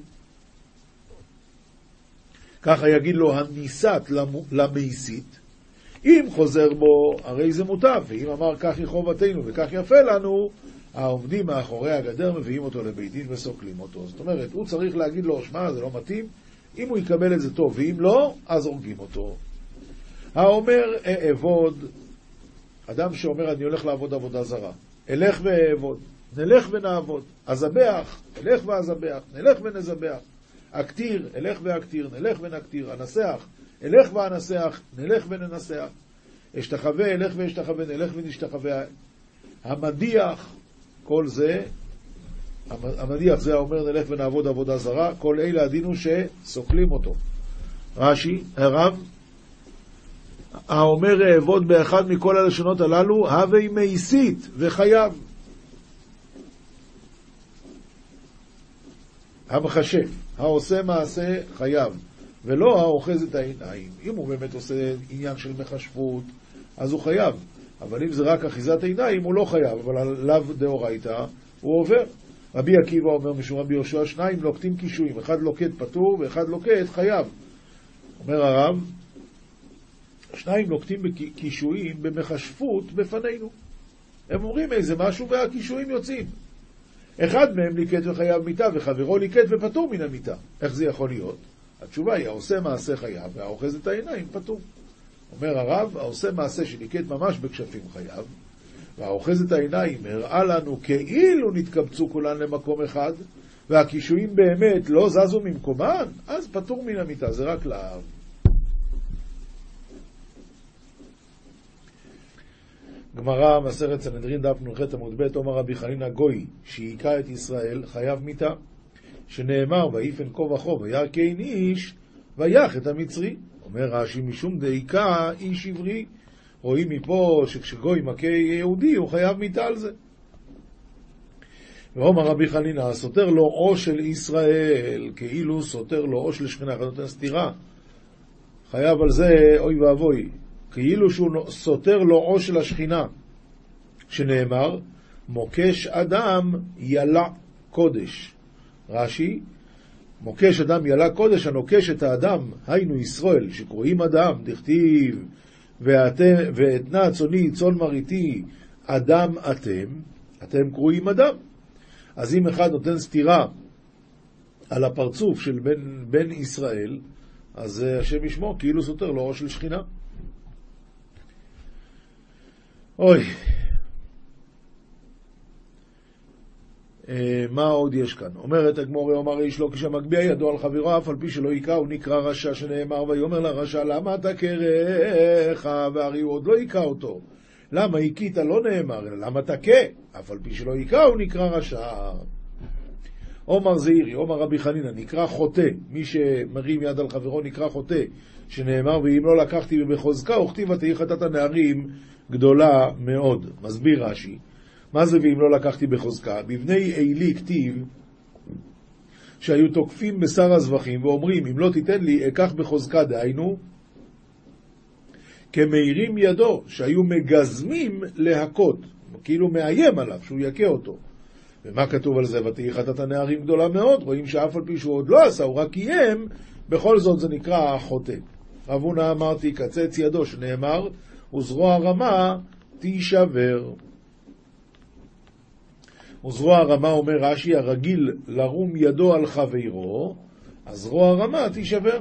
S2: ככה יגיד לו הניסת למייסית, אם חוזר בו הרי זה מוטב, ואם אמר כך היא חובתנו וכך יפה לנו, העומדים מאחורי הגדר מביאים אותו לבית דין וסוקלים אותו. זאת אומרת, הוא צריך להגיד לו, שמע, זה לא מתאים, אם הוא יקבל את זה טוב, ואם לא, אז הורגים אותו. האומר אעבוד, אדם שאומר אני הולך לעבוד עבודה זרה, אלך ואעבוד, נלך ונעבוד, אזבח, אלך ואזבח, נלך ונזבח, אקטיר, אלך ואקטיר, נלך ונקטיר, אנסח, אלך ואנסח, נלך וננסח, אשתחווה, אלך ואשתחווה, נלך ונשתחווה, המדיח, כל זה, המדיח זה האומר נלך ונעבוד עבודה זרה, כל אלה הדינו שסוקלים אותו. רש"י, הרב, האומר אעבוד באחד מכל הלשונות הללו, הווי מייסית וחייב. המחשב, העושה מעשה חייב, ולא האוחז את העיניים. אם הוא באמת עושה עניין של מחשבות, אז הוא חייב. אבל אם זה רק אחיזת עיניים, הוא לא חייב. אבל עליו דאורייתא, הוא עובר. רבי עקיבא אומר משום רבי יהושע, שניים לוקטים קישואים, אחד לוקט פטור ואחד לוקט חייב. אומר הרב, שניים לוקטים בקישואים במחשבות בפנינו. הם אומרים איזה משהו והקישואים יוצאים. אחד מהם ליקט וחייב מיתה, וחברו ליקט ופטור מן המיתה. איך זה יכול להיות? התשובה היא, העושה מעשה חייב, והאוחז את העיניים פטור. אומר הרב, העושה מעשה שליקט ממש בכשפים חייב, והאוחז את העיניים הראה לנו כאילו נתקבצו כולן למקום אחד, והקישואים באמת לא זזו ממקומן, אז פטור מן המיתה, זה רק לאב. גמרא, מסכת סנהדרין, דף נ"ח עמוד ב', אומר רבי חנינא, גוי שהיכה את ישראל חייב מיתה, שנאמר ויפן כה וכה וירא קין איש ויך את המצרי. אומר רש"י, משום דהיכה איש עברי, רואים מפה שכשגוי מכה יהודי הוא חייב מיתה על זה. ואומר רבי חנינא, הסותר לו או של ישראל כאילו סותר לו או של שכינה, אחד נותן סתירה, חייב על זה אוי ואבוי, כאילו שהוא סותר לו או של השכינה, שנאמר מוקש אדם ילע קודש. רש"י, מוקש אדם ילע קודש, הנוקש את האדם, היינו ישראל, שקוראים אדם, דכתיב ואתנה צוני צאן מרעיתי אדם אתם, אתם קרואים אדם. אז אם אחד נותן סתירה על הפרצוף של בן, בן ישראל, אז השם ישמור כאילו סותר לו או של שכינה. אוי, מה עוד יש כאן? אומרת הגמרא, אומר איש לא כשמגביה ידו על חברו אף על פי שלא יקרא, הוא נקרא רשע, שנאמר ויאמר לרשע למה אתה קרח, והרי הוא עוד לא יקרא אותו. למה הכית לא נאמר, אלא למה תכה, אף על פי שלא יקרא הוא נקרא רשע. אומר זעירי, אומר רבי חנינא, נקרא חוטא, מי שמרים יד על חברו נקרא חוטא, שנאמר ואם לא לקחתי בחוזקה וכתיבה תהי חטאת הנערים גדולה מאוד. מסביר רש"י, מה זה ואם לא לקחתי בחוזקה? בבני עלי כתיב שהיו תוקפים בשר הזבחים ואומרים אם לא תיתן לי אקח בחוזקה, דהיינו כמאירים ידו, שהיו מגזמים להכות, כאילו מאיים עליו שהוא יקה אותו. ומה כתוב על זה? ותהי חטאת הנערים גדולה מאוד. רואים שאף על פי שהוא עוד לא עשה, הוא רק איים, בכל זאת זה נקרא חוטא. רב הונא אמרתי קצץ ידו, שנאמר וזרוע רמה תישבר. וזרוע רמה, אומר רש"י, הרגיל לרום ידו על חברו, אז זרוע רמה תישבר.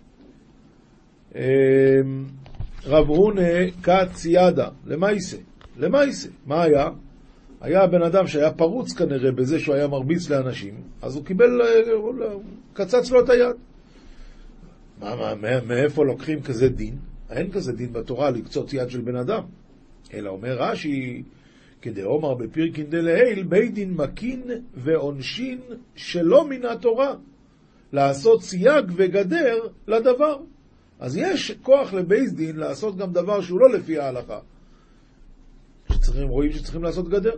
S2: רב הונא קץ ידה, למעשה, למעשה, מה היה? היה בן אדם שהיה פרוץ כנראה בזה שהוא היה מרביץ לאנשים, אז הוא קיבל, קצץ לו את היד. מה, מה, מאיפה לוקחים כזה דין? אין כזה דין בתורה לקצוץ יד של בן אדם. אלא אומר רש"י, כדאמר בפרקין דלעיל, בית דין מקין ועונשין שלא מן התורה, לעשות סייג וגדר לדבר. אז יש כוח לבית דין לעשות גם דבר שהוא לא לפי ההלכה. שצריכים, רואים שצריכים לעשות גדר.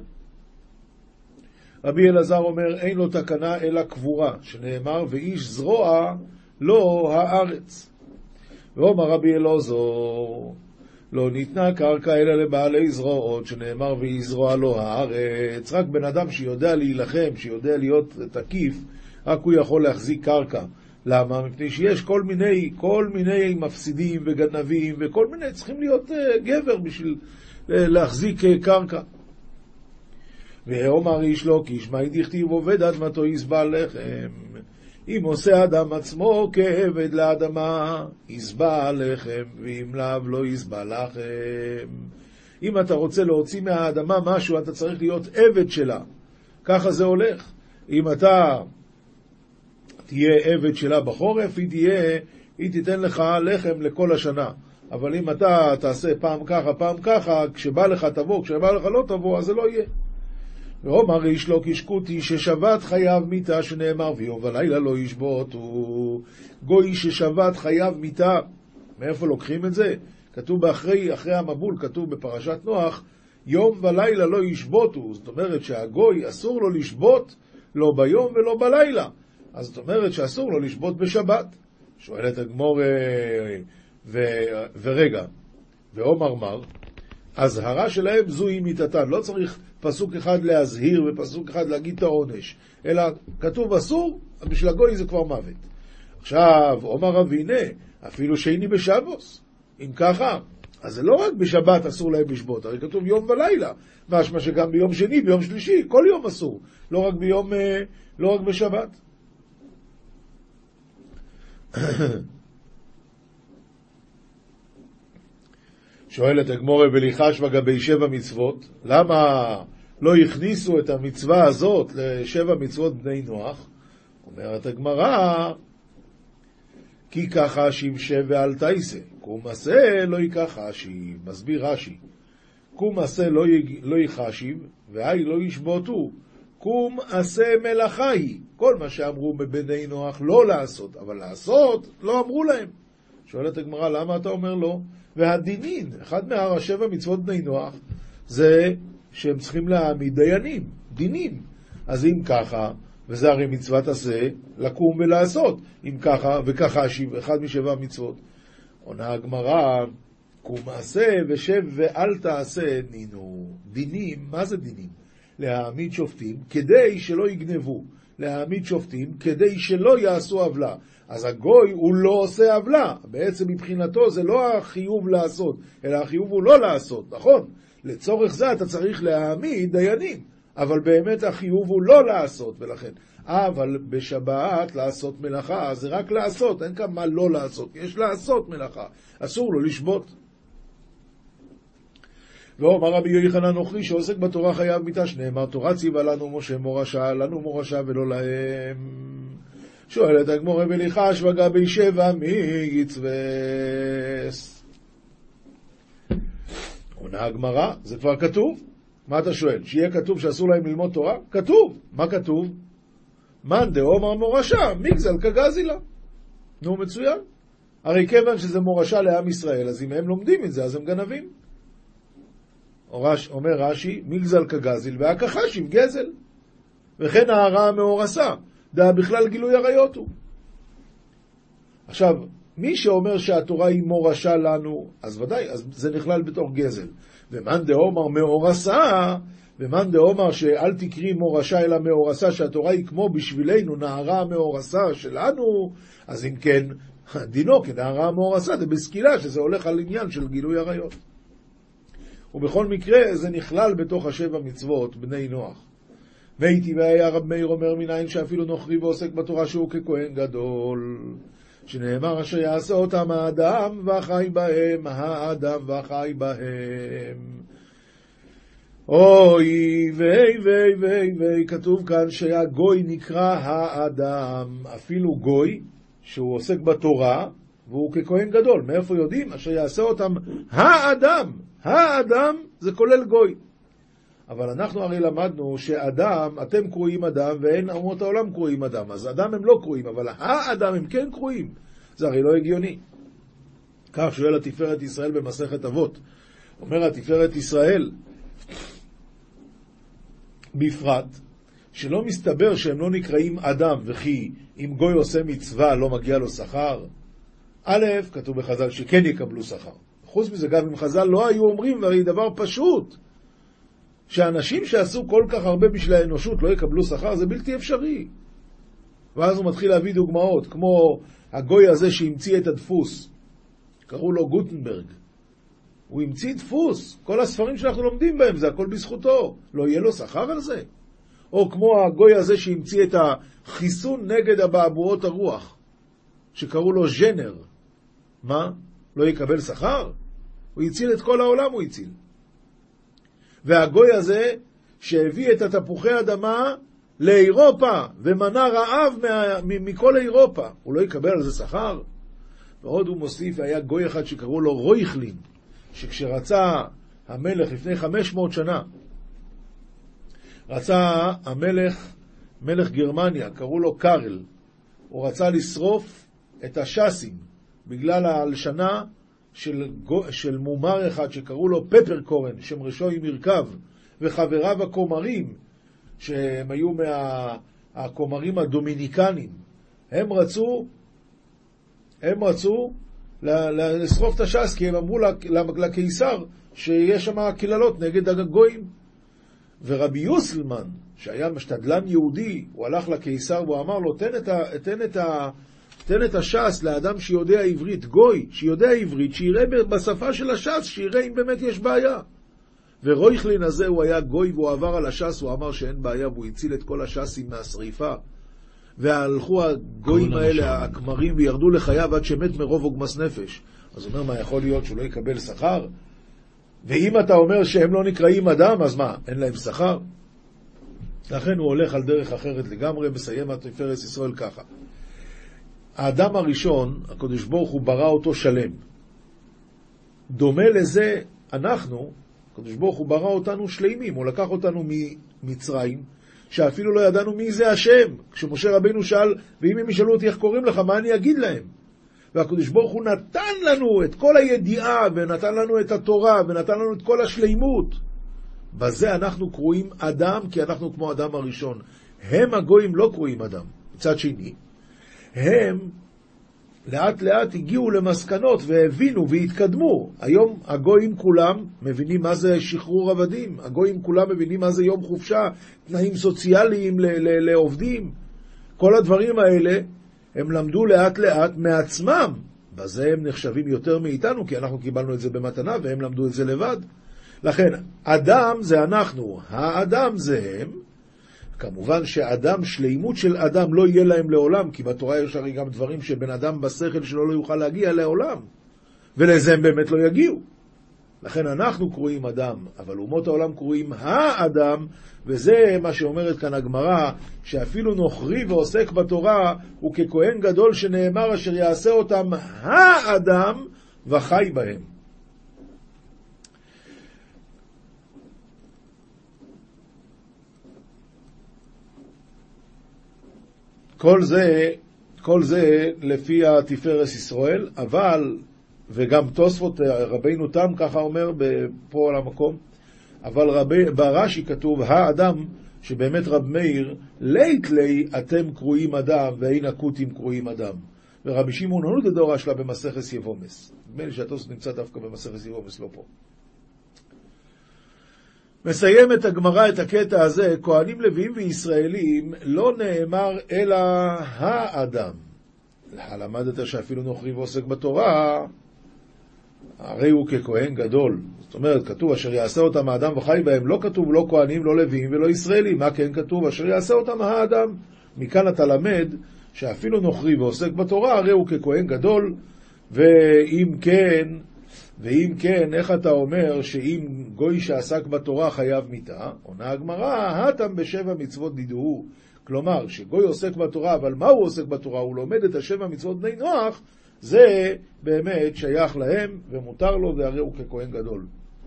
S2: רבי אלעזר אומר, אין לו תקנה אלא קבורה, שנאמר, ואיש זרוע לא הארץ. ואומר רבי אלעזר, לא ניתנה קרקע אלא לבעלי זרועות, שנאמר, ואיש זרוע לא הארץ. רק בן אדם שיודע להילחם, שיודע להיות תקיף, רק הוא יכול להחזיק קרקע. למה? מפני שיש כל מיני, כל מיני מפסידים וגנבים, וכל מיני צריכים להיות uh, גבר בשביל uh, להחזיק uh, קרקע. ואומר איש לא כי ישמעי דכתיב עובד אדמתו יסבע לחם. אם עושה אדם עצמו כעבד לאדמה יסבע לחם, ואם לאו לא יסבע לחם. אם אתה רוצה להוציא מהאדמה משהו, אתה צריך להיות עבד שלה. ככה זה הולך. אם אתה תהיה עבד שלה בחורף, היא תהיה, היא תיתן לך לחם לכל השנה. אבל אם אתה תעשה פעם ככה, פעם ככה, כשבא לך תבוא, כשבא לך לא תבוא, אז זה לא יהיה. ואומר איש לא קשקותי ששבת חייב מיתה, שנאמר ויום ולילה לא ישבות. הוא גוי ששבת חייב מיתה. מאיפה לוקחים את זה? כתוב באחרי, אחרי המבול, כתוב בפרשת נוח, יום ולילה לא ישבותו. זאת אומרת שהגוי אסור לו לשבות, לא ביום ולא בלילה. אז זאת אומרת שאסור לו לשבות בשבת. שואלת הגמרא, ו... ורגע, ואומר מר, הזהרה שלהם זוהי מיתתן. לא צריך פסוק אחד להזהיר ופסוק אחד להגיד את העונש, אלא כתוב אסור, בשביל הגוי זה כבר מוות. עכשיו, אומר רב, הנה, אפילו שני בשבוס. אם ככה, אז זה לא רק בשבת אסור להם לשבות, הרי כתוב יום ולילה, משמע שגם ביום שני, ביום שלישי, כל יום אסור, לא רק ביום, לא רק בשבת. שואלת הגמורה בליחש לגבי שבע מצוות, למה לא הכניסו את המצווה הזאת לשבע מצוות בני נוח? אומרת הגמרא, כי ככה שימשב ואל תייסה, קום עשה לא ייקח חשיב. מסביר רש"י, קום עשה לא, י... לא יחשיב, והי לא ישבותו, קום עשה מלאכה היא. כל מה שאמרו בבני נוח לא לעשות, אבל לעשות לא אמרו להם. שואלת הגמרא, למה אתה אומר לא? והדינין, אחד מהשבע מצוות בני נוח, זה שהם צריכים להעמיד דיינים, דינים. אז אם ככה, וזה הרי מצוות עשה, לקום ולעשות. אם ככה וככה, אחד משבע מצוות. עונה הגמרא, קום עשה ושב ואל תעשה נינו. דינים, מה זה דינים? להעמיד שופטים כדי שלא יגנבו. להעמיד שופטים כדי שלא יעשו עוולה. אז הגוי הוא לא עושה עוולה. בעצם מבחינתו זה לא החיוב לעשות, אלא החיוב הוא לא לעשות, נכון? לצורך זה אתה צריך להעמיד דיינים. אבל באמת החיוב הוא לא לעשות, ולכן. אבל בשבת לעשות מלאכה, זה רק לעשות, אין כאן מה לא לעשות, יש לעשות מלאכה, אסור לו לשבות. ואומר רבי יוחנן נוכרי שעוסק בתורה חייב מיתה, שנאמר תורה ציווה לנו משה מורשה, לנו מורשה ולא להם. שואלת הגמרא בליחש לגבי שבע מי יצווס. עונה הגמרא, זה כבר כתוב. מה אתה שואל? שיהיה כתוב שאסור להם ללמוד תורה? כתוב. מה כתוב? מן דאמר מורשה, מיגזל כגזילה. נו, מצוין. הרי כיוון שזה מורשה לעם ישראל, אז אם הם לומדים את זה, אז הם גנבים. אומר רש"י, מיגזל כגזיל, והכחשיב גזל. וכן הערה המאורסה, דעה בכלל גילוי עריות הוא. עכשיו, מי שאומר שהתורה היא מורשה לנו, אז ודאי, אז זה נכלל בתוך גזל. ומאן דאמר מאורסה, ומאן דאמר שאל תקרי מורשה אלא מאורסה, שהתורה היא כמו בשבילנו נערה המאורסה שלנו, אז אם כן, דינו כנערה המאורסה, זה בסקילה, שזה הולך על עניין של גילוי עריות. ובכל מקרה זה נכלל בתוך השבע מצוות בני נוח. והייתי והיה רב מאיר אומר מניין שאפילו נוכרי ועוסק בתורה שהוא ככהן גדול, שנאמר אשר יעשה אותם האדם והחי בהם, האדם והחי בהם. אוי ואי ואי ואי ואי, כתוב כאן שהגוי נקרא האדם, אפילו גוי שהוא עוסק בתורה והוא ככהן גדול. מאיפה יודעים? אשר יעשה אותם האדם, האדם זה כולל גוי. אבל אנחנו הרי למדנו שאדם, אתם קרואים אדם ואין אומות העולם קרואים אדם, אז אדם הם לא קרואים, אבל האדם הם כן קרואים. זה הרי לא הגיוני. כך שואל התפארת ישראל במסכת אבות. אומר התפארת ישראל בפרט שלא מסתבר שהם לא נקראים אדם, וכי אם גוי עושה מצווה לא מגיע לו שכר. א', כתוב בחז"ל שכן יקבלו שכר. חוץ מזה, גם אם חז"ל לא היו אומרים, והרי דבר פשוט, שאנשים שעשו כל כך הרבה בשביל האנושות לא יקבלו שכר, זה בלתי אפשרי. ואז הוא מתחיל להביא דוגמאות, כמו הגוי הזה שהמציא את הדפוס, קראו לו גוטנברג. הוא המציא דפוס, כל הספרים שאנחנו לומדים בהם, זה הכל בזכותו. לא יהיה לו שכר על זה? או כמו הגוי הזה שהמציא את החיסון נגד הבעבועות הרוח, שקראו לו ז'נר. מה? לא יקבל שכר? הוא הציל את כל העולם, הוא הציל. והגוי הזה שהביא את התפוחי אדמה לאירופה ומנע רעב מכל אירופה, הוא לא יקבל על זה שכר? ועוד הוא מוסיף, היה גוי אחד שקראו לו רויכלין, שכשרצה המלך לפני חמש מאות שנה, רצה המלך, מלך גרמניה, קראו לו קארל, הוא רצה לשרוף את השסים בגלל ההלשנה של, של מומר אחד שקראו לו פפרקורן, שם ראשו עם מרכב, וחבריו הקומרים, שהם היו מהקומרים הדומיניקנים, הם רצו, הם רצו לשרוף את השס, כי הם אמרו לקיסר שיש שם קללות נגד הגויים. ורבי יוסלמן, שהיה משתדלן יהודי, הוא הלך לקיסר והוא אמר לו, תן את, ה, תן את תן את הש"ס לאדם שיודע עברית, גוי, שיודע עברית, שיראה בשפה של הש"ס, שיראה אם באמת יש בעיה. ורויכלין הזה הוא היה גוי והוא עבר על הש"ס, הוא אמר שאין בעיה, והוא הציל את כל הש"סים מהשריפה. והלכו הגויים האלה, הכמרים, וירדו לחייו עד שמת מרוב עוגמת נפש. אז הוא אומר, מה יכול להיות שהוא לא יקבל שכר? ואם אתה אומר שהם לא נקראים אדם, אז מה, אין להם שכר? לכן הוא הולך על דרך אחרת לגמרי, מסיים התפארת ישראל ככה. האדם הראשון, הקדוש ברוך הוא ברא אותו שלם. דומה לזה, אנחנו, הקדוש ברוך הוא ברא אותנו שלמים, הוא לקח אותנו ממצרים, שאפילו לא ידענו מי זה השם. כשמשה רבינו שאל, ואם הם ישאלו אותי איך קוראים לך, מה אני אגיד להם? והקדוש ברוך הוא נתן לנו את כל הידיעה, ונתן לנו את התורה, ונתן לנו את כל השלימות. בזה אנחנו קרואים אדם, כי אנחנו כמו אדם הראשון. הם הגויים לא קרואים אדם. מצד שני, הם לאט לאט הגיעו למסקנות והבינו והתקדמו. היום הגויים כולם מבינים מה זה שחרור עבדים. הגויים כולם מבינים מה זה יום חופשה, תנאים סוציאליים ל- ל- לעובדים. כל הדברים האלה הם למדו לאט לאט מעצמם. בזה הם נחשבים יותר מאיתנו, כי אנחנו קיבלנו את זה במתנה והם למדו את זה לבד. לכן, אדם זה אנחנו, האדם זה הם. כמובן שאדם, שלימות של אדם לא יהיה להם לעולם, כי בתורה יש הרי גם דברים שבן אדם בשכל שלו לא יוכל להגיע לעולם, ולזה הם באמת לא יגיעו. לכן אנחנו קרואים אדם, אבל אומות העולם קרואים האדם, וזה מה שאומרת כאן הגמרא, שאפילו נוכרי ועוסק בתורה הוא ככהן גדול שנאמר אשר יעשה אותם האדם וחי בהם. כל זה, כל זה לפי התפארת ישראל, אבל, וגם תוספות רבינו תם ככה אומר פה על המקום, אבל רבי, ברש"י כתוב, האדם, שבאמת רב מאיר, לית לי אתם קרואים אדם, ואין אקוטים קרואים אדם. ורבי שמעון הנו דדורא שלה במסכת יבומס. נדמה לי שהתוספות נמצא דווקא במסכת יבומס, לא פה. מסיים את הגמרא את הקטע הזה, כהנים לוויים וישראלים לא נאמר אלא האדם. למדת שאפילו נוכרי ועוסק בתורה, הרי הוא ככהן גדול. זאת אומרת, כתוב אשר יעשה אותם האדם וחי בהם, לא כתוב לא כהנים, לא לוויים ולא ישראלים. מה כן כתוב? אשר יעשה אותם האדם. מכאן אתה למד שאפילו נוכרי ועוסק בתורה, הרי הוא ככהן גדול, ואם כן... ואם כן, איך אתה אומר שאם גוי שעסק בתורה חייב מיתה? עונה הגמרא, האתם בשבע מצוות דידוהו. כלומר, שגוי עוסק בתורה, אבל מה הוא עוסק בתורה? הוא לומד את השבע מצוות בני נוח, זה באמת שייך להם ומותר לו, והרי הוא ככהן גדול.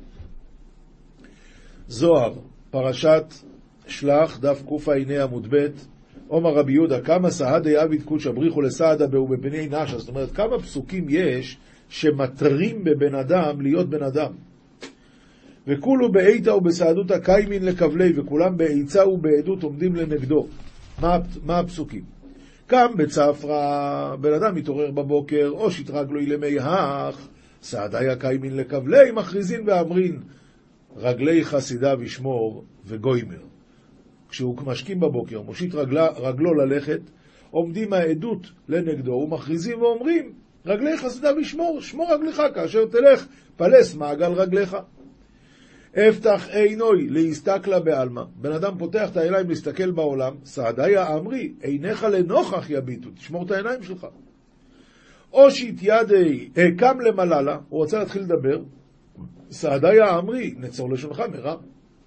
S2: זוהר, פרשת שלח, דף קע"ה עמוד ב', אומר רבי יהודה, כמה סעדי עביד קודש הבריחו לסעדה בהו בבני נשה. זאת אומרת, כמה פסוקים יש שמטרים בבן אדם להיות בן אדם. וכולו בעיתה ובסעדותא קיימין לקבלי, וכולם בעיצה ובעדות עומדים לנגדו. מה, מה הפסוקים? קם בצפרא, בן אדם מתעורר בבוקר, או שתרגלו למי הך, סעדיה קיימין לקבלי, מכריזין ואמרין, רגלי חסידיו ישמור וגוימר. כשהוא משכים בבוקר, מושיט רגלה, רגלו ללכת, עומדים העדות לנגדו ומכריזים ואומרים, רגלי חסידיו ישמור, שמור רגליך, כאשר תלך, פלס מעגל רגליך. אפתח עינוי להסתכלה בעלמא, בן אדם פותח את העיניים להסתכל בעולם, סעדיה אמרי, עיניך לנוכח יביטו, תשמור את העיניים שלך. או שיתיידי, קם למללה, הוא רוצה להתחיל לדבר, סעדיה אמרי, נצור לשונך מרע.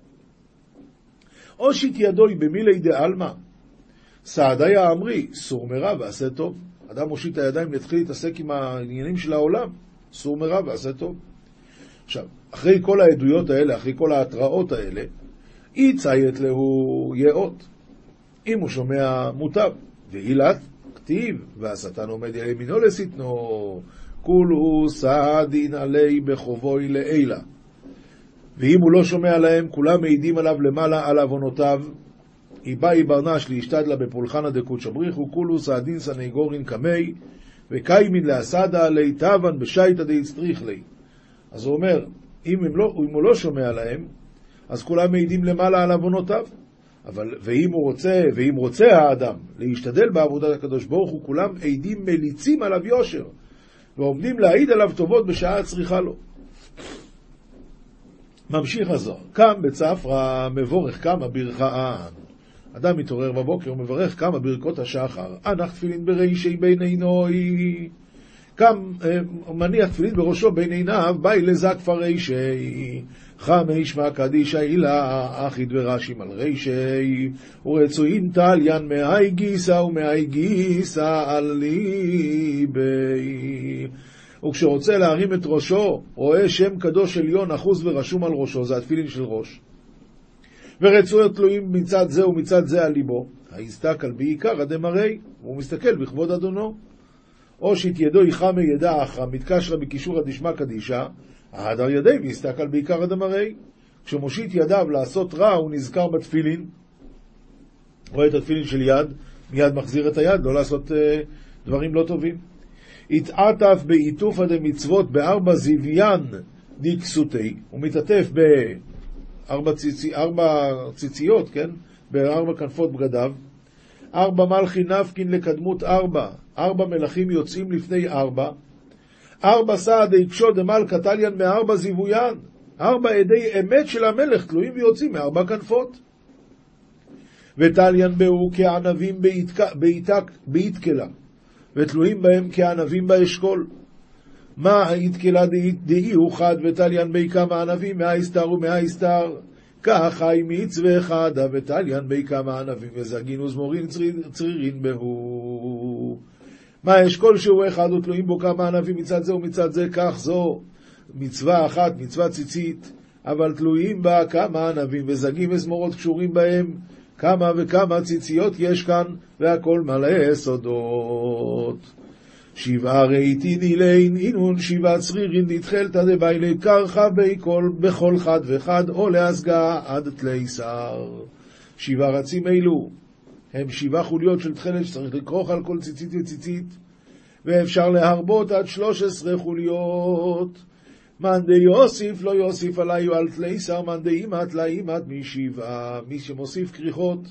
S2: או שיתיידוי במילי דעלמא, סעדיה אמרי, סור מרע ועשה טוב. אדם מושיט את הידיים להתחיל להתעסק עם העניינים של העולם, סור מרע ועשה טוב. עכשיו, אחרי כל העדויות האלה, אחרי כל ההתראות האלה, אי ציית לו יאות. אם הוא שומע מוטב, ואילת כתיב, והשטן עומד ימינו לשטנו, כולו סעדין עלי בחובוי לעילה. ואם הוא לא שומע להם, כולם מעידים עליו למעלה על עוונותיו, איבאי ברנש להשתדלה בפולחנה דקודש הבריחו, כולו סעדין סנגורין קמי, וקיימין להסדה עלי טבן בשייטה דאיצטריך לי. אז הוא אומר, אם, לא, אם הוא לא שומע להם, אז כולם מעידים למעלה על עוונותיו. אבל, ואם הוא רוצה, ואם רוצה האדם להשתדל בעבודת הקדוש ברוך הוא, כולם עדים מליצים עליו יושר, ועומדים להעיד עליו טובות בשעה הצריכה לו. ממשיך הזוהר, קם בצפרא מבורך כמה ברכהן. אדם מתעורר בבוקר ומברך כמה ברכות השחר. אנח תפילין ברישי בין עינוי. קם מניח תפילין בראשו בין עיניו, באי לזקפא רישי. חמי שמע קדישא אילה, אחיד ורשים על רישי. ורצוין תליין מאי גיסא ומאי גיסא על ליבי. וכשרוצה להרים את ראשו, רואה שם קדוש עליון אחוז ורשום על ראשו, זה התפילין של ראש. ורצויות תלויים מצד זה ומצד זה על ליבו, היסתכל בעיקר דמרי, והוא מסתכל בכבוד אדונו. או שאת ידו יחמה ידע אחרא, מתקשרה בקישורא דשמיא קדישא, ההדר ידי ויסתכל בעיקר דמרי. כשמושיט ידיו לעשות רע, הוא נזכר בתפילין, רואה את התפילין של יד, מיד מחזיר את היד, לא לעשות uh, דברים לא טובים. התעטף בעיטופא דמצוות בארבע זיוויין דיקסותי, הוא מתעטף בארבע ציצי, ארבע ציציות, כן? בארבע כנפות בגדיו. ארבע מלכי נפקין לקדמות ארבע, ארבע מלכים יוצאים לפני ארבע. ארבע סעד דיקשו דמלכא תליין מארבע זיוויין, ארבע עדי אמת של המלך תלויים ויוצאים מארבע כנפות. ותליין בהו כענבים בהתקלה, ותלויים בהם כענבים באשכול. מה ההתקלה דאי הוא חד ותליין בי כמה ענבים, מההסתר ומההסתר. כך היא מצווה חדה ותליין בי כמה ענבים, וזגין וזמורין צרירין בהו. מה האשכול שהוא אחד ותלויים בו כמה ענבים מצד זה ומצד זה, כך זו מצווה אחת, מצווה ציצית, אבל תלויים בה כמה ענבים, וזגים וזמורות קשורים בהם, כמה וכמה ציציות יש כאן, והכל מלא סודות. שבעה ראיתין אילין אינון, שבעה צרירין דתחלתא דביילי קרחה בכל, בכל חד וחד, או להשגה עד תליסר. שבעה רצים אלו הם שבעה חוליות של תחלת שצריך לקרוך על כל ציצית וציצית, ואפשר להרבות עד שלוש עשרה חוליות. מאן דיוסיף לא יוסיף עליו על תליסר, מאן דאימת לה אימת משבעה. מי שמוסיף כריכות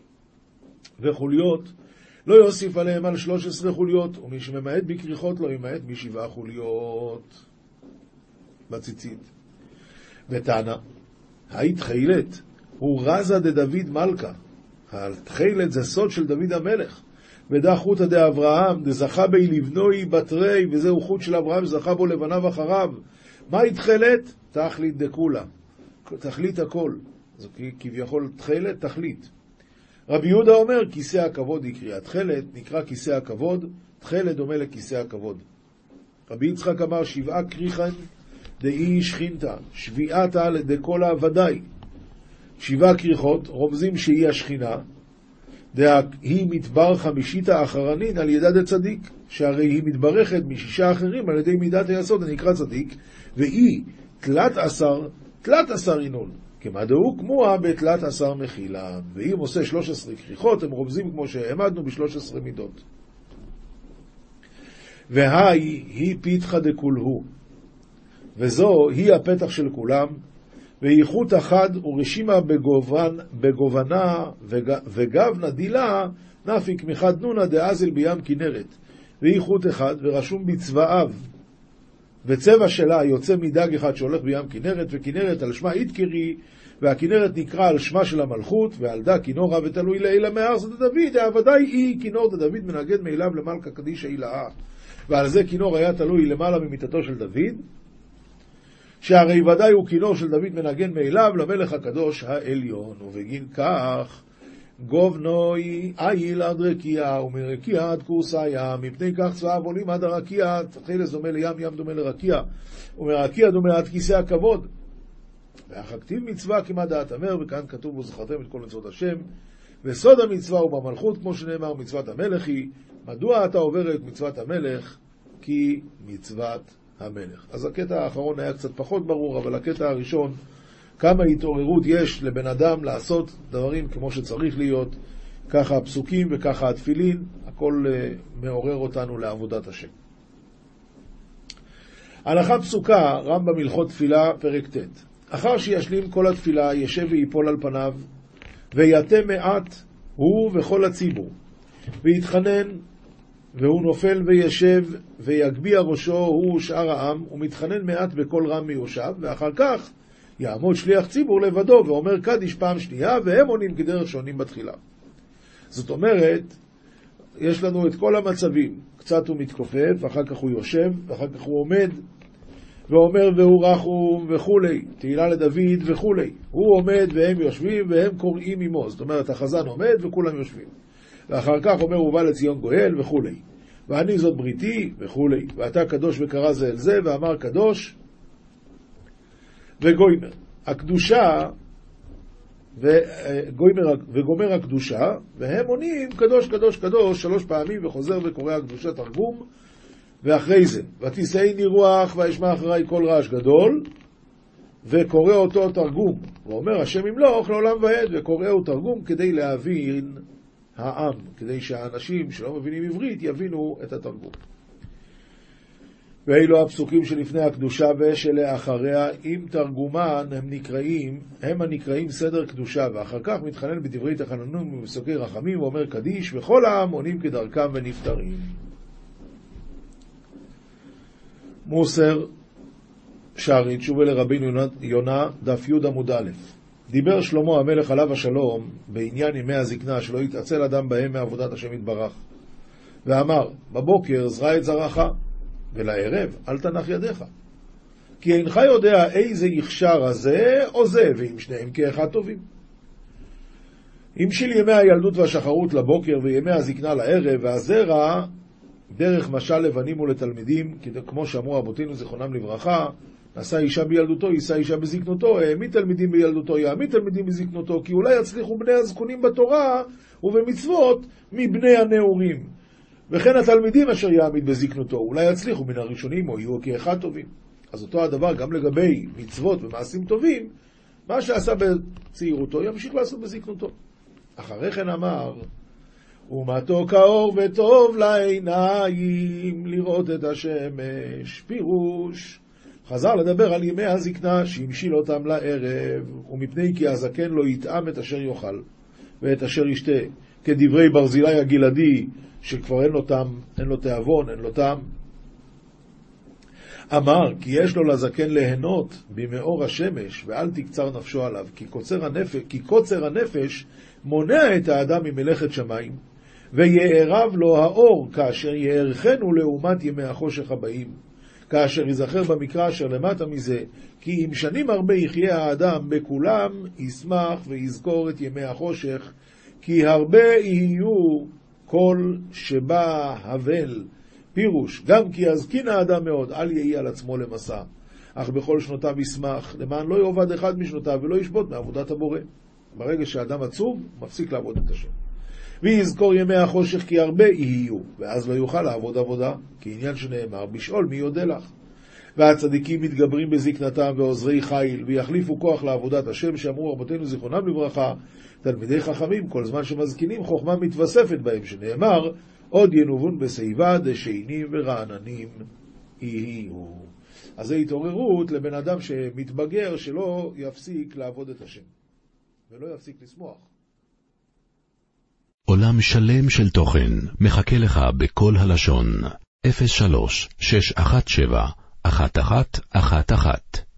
S2: וחוליות לא יוסיף עליהם על שלוש עשרה חוליות, ומי שממעט בכריכות לא ימעט בשבעה חוליות בציצית. ותנא, ההתחילת הוא רזה דדוד מלכה. התחילת זה סוד של דוד המלך. ודא חוטא דאברהם דזכה בי לבנוי בתרי, וזהו חוט של אברהם זכה בו לבניו אחריו. מה התחילת? תכלית דכולה, תכלית הכל. זו כביכול תחילת, תכלית. רבי יהודה אומר, כיסא הכבוד יקרא. תחילת נקרא כיסא הכבוד, תחילת דומה לכיסא הכבוד. רבי יצחק אמר, שבעה קריחן דאי שכינתא, שביעתה לדקולה ודאי. שבעה קריחות רומזים שהיא השכינה, היא מתבר חמישית האחרנין על ידה דצדיק, שהרי היא מתברכת משישה אחרים על ידי מידת היסוד הנקרא צדיק, והיא תלת עשר, תלת עשר אינון, כמה דאו כמוה בתלת עשר מחילה. ואם עושה שלוש עשרה כריכות, הם רומזים כמו שהעמדנו בשלוש עשרה מידות. והי היא פיתחא דכולהו, וזו היא הפתח של כולם, והיא חוט אחד ורשימה בגובן, בגובנה וגב, וגבנה דילה נפיק מחד נונה דאזל בים כנרת. והיא חוט אחד ורשום בצבעיו, וצבע שלה יוצא מדג אחד שהולך בים כנרת, וכנרת על שמה יתקרי, והכנרת נקרא על שמה של המלכות, ועל דה כינורה ותלוי לעילה מארץ דוד, הוודאי היא כינור דוד מנגד מאליו למלכה קדישא אילאה. ועל זה כינור היה תלוי למעלה ממיטתו של דוד, שהרי ודאי הוא כינור של דוד מנגן מאליו למלך הקדוש העליון. ובגין כך גובנוי איל עד רקיע, ומרקיע עד קורסאיה, מפני כך צבאיו עולים עד הרקיע. תחילת דומה לים, ים דומה לרקיע, ומרקיע דומה עד כיסא הכבוד. והחקתיב מצווה כמעט דעת אמר, וכאן כתוב וזכרתם את כל מצוות השם. וסוד המצווה הוא במלכות, כמו שנאמר, מצוות המלך היא. מדוע אתה עובר את מצוות המלך? כי מצוות המלך. אז הקטע האחרון היה קצת פחות ברור, אבל הקטע הראשון, כמה התעוררות יש לבן אדם לעשות דברים כמו שצריך להיות, ככה הפסוקים וככה התפילין, הכל uh, מעורר אותנו לעבודת השם. הלכה פסוקה, רמב"ם הלכות תפילה, פרק ט'. אחר שישלים כל התפילה, ישב ויפול על פניו, ויתה מעט הוא וכל הציבור, ויתחנן, והוא נופל וישב, ויגביע ראשו הוא ושאר העם, ומתחנן מעט בכל רם מיושב, ואחר כך יעמוד שליח ציבור לבדו, ואומר קדיש פעם שנייה, והם עונים כדרך שעונים בתחילה. זאת אומרת, יש לנו את כל המצבים, קצת הוא מתכופף, ואחר כך הוא יושב, ואחר כך הוא עומד, ואומר והוא רחום וכולי, תהילה לדוד וכולי. הוא עומד והם יושבים והם קוראים עמו. זאת אומרת, החזן עומד וכולם יושבים. ואחר כך אומר ובא לציון גואל וכולי. ואני זאת בריתי וכולי. ואתה קדוש וקרא זה אל זה ואמר קדוש וגוימר. הקדושה וגוימר, וגומר הקדושה, והם עונים קדוש קדוש קדוש שלוש פעמים וחוזר וקורא הקדושה תרגום. ואחרי זה, ותישאני רוח וישמע אחריי כל רעש גדול, וקורא אותו תרגום. ואומר השם ימלוך לעולם ועד, וקוראו תרגום כדי להבין העם, כדי שהאנשים שלא מבינים עברית יבינו את התרגום. ואילו הפסוקים שלפני הקדושה ושלאחריה, עם תרגומן הם נקראים, הם הנקראים סדר קדושה, ואחר כך מתחנן בדברי תחנונים ובפסוקי רחמים, ואומר קדיש, וכל העם עונים כדרכם ונפטרים. מוסר שערי תשובה לרבינו יונה, דף י' עמוד א'. דיבר שלמה המלך עליו השלום בעניין ימי הזקנה, שלא יתעצל אדם בהם מעבודת השם יתברך, ואמר בבוקר זרע את זרעך, ולערב אל תנח ידיך, כי אינך יודע איזה יכשר הזה או זה, ואם שניהם כאחד טובים. המשיל ימי הילדות והשחרות לבוקר וימי הזקנה לערב, והזרע דרך משל לבנים ולתלמידים, כמו שאמרו אבותינו זיכרונם לברכה, נשא אישה בילדותו, יישא אישה בזקנותו, העמיד תלמידים בילדותו, יעמיד תלמידים בזקנותו, כי אולי יצליחו בני הזקונים בתורה ובמצוות מבני הנאורים. וכן התלמידים אשר יעמיד בזקנותו, אולי יצליחו מן הראשונים או יהיו כאחד טובים. אז אותו הדבר גם לגבי מצוות ומעשים טובים, מה שעשה בצעירותו ימשיך לעשות בזקנותו. אחרי כן אמר, ומתוק האור וטוב לעיניים לראות את השמש. פירוש, חזר לדבר על ימי הזקנה שהמשיל אותם לערב, ומפני כי הזקן לא יטעם את אשר יאכל ואת אשר ישתה, כדברי ברזילי הגלעדי שכבר אין לו טעם, אין לו תיאבון, אין לו טעם. אמר כי יש לו לזקן ליהנות במאור השמש, ואל תקצר נפשו עליו, כי קוצר הנפש, כי קוצר הנפש מונע את האדם ממלאכת שמיים, ויערב לו האור כאשר יערכנו לעומת ימי החושך הבאים, כאשר יזכר במקרא אשר למטה מזה, כי אם שנים הרבה יחיה האדם בכולם ישמח ויזכור את ימי החושך, כי הרבה יהיו כל שבא הבל. פירוש, גם כי יזקין האדם מאוד, אל יהי על עצמו למסע, אך בכל שנותיו ישמח, למען לא יאבד אחד משנותיו ולא ישבות מעבודת הבורא. ברגע שהאדם עצוב, מפסיק לעבוד את השם. ויזכור ימי החושך כי הרבה יהיו, ואז לא יוכל לעבוד עבודה, כי עניין שנאמר, בשאול מי יודע לך. והצדיקים מתגברים בזקנתם ועוזרי חיל, ויחליפו כוח לעבודת השם, שאמרו רבותינו זיכרונם לברכה, תלמידי חכמים, כל זמן שמזקינים חוכמה מתווספת בהם, שנאמר, עוד ינובון בשיבה דשיינים ורעננים יהיו. אז זה התעוררות לבן אדם שמתבגר, שלא יפסיק לעבוד את השם, ולא יפסיק לשמוח.
S1: עולם שלם של תוכן מחכה לך בכל הלשון. אפס שלוש שש אחת שבע אחת אחת אחת אחת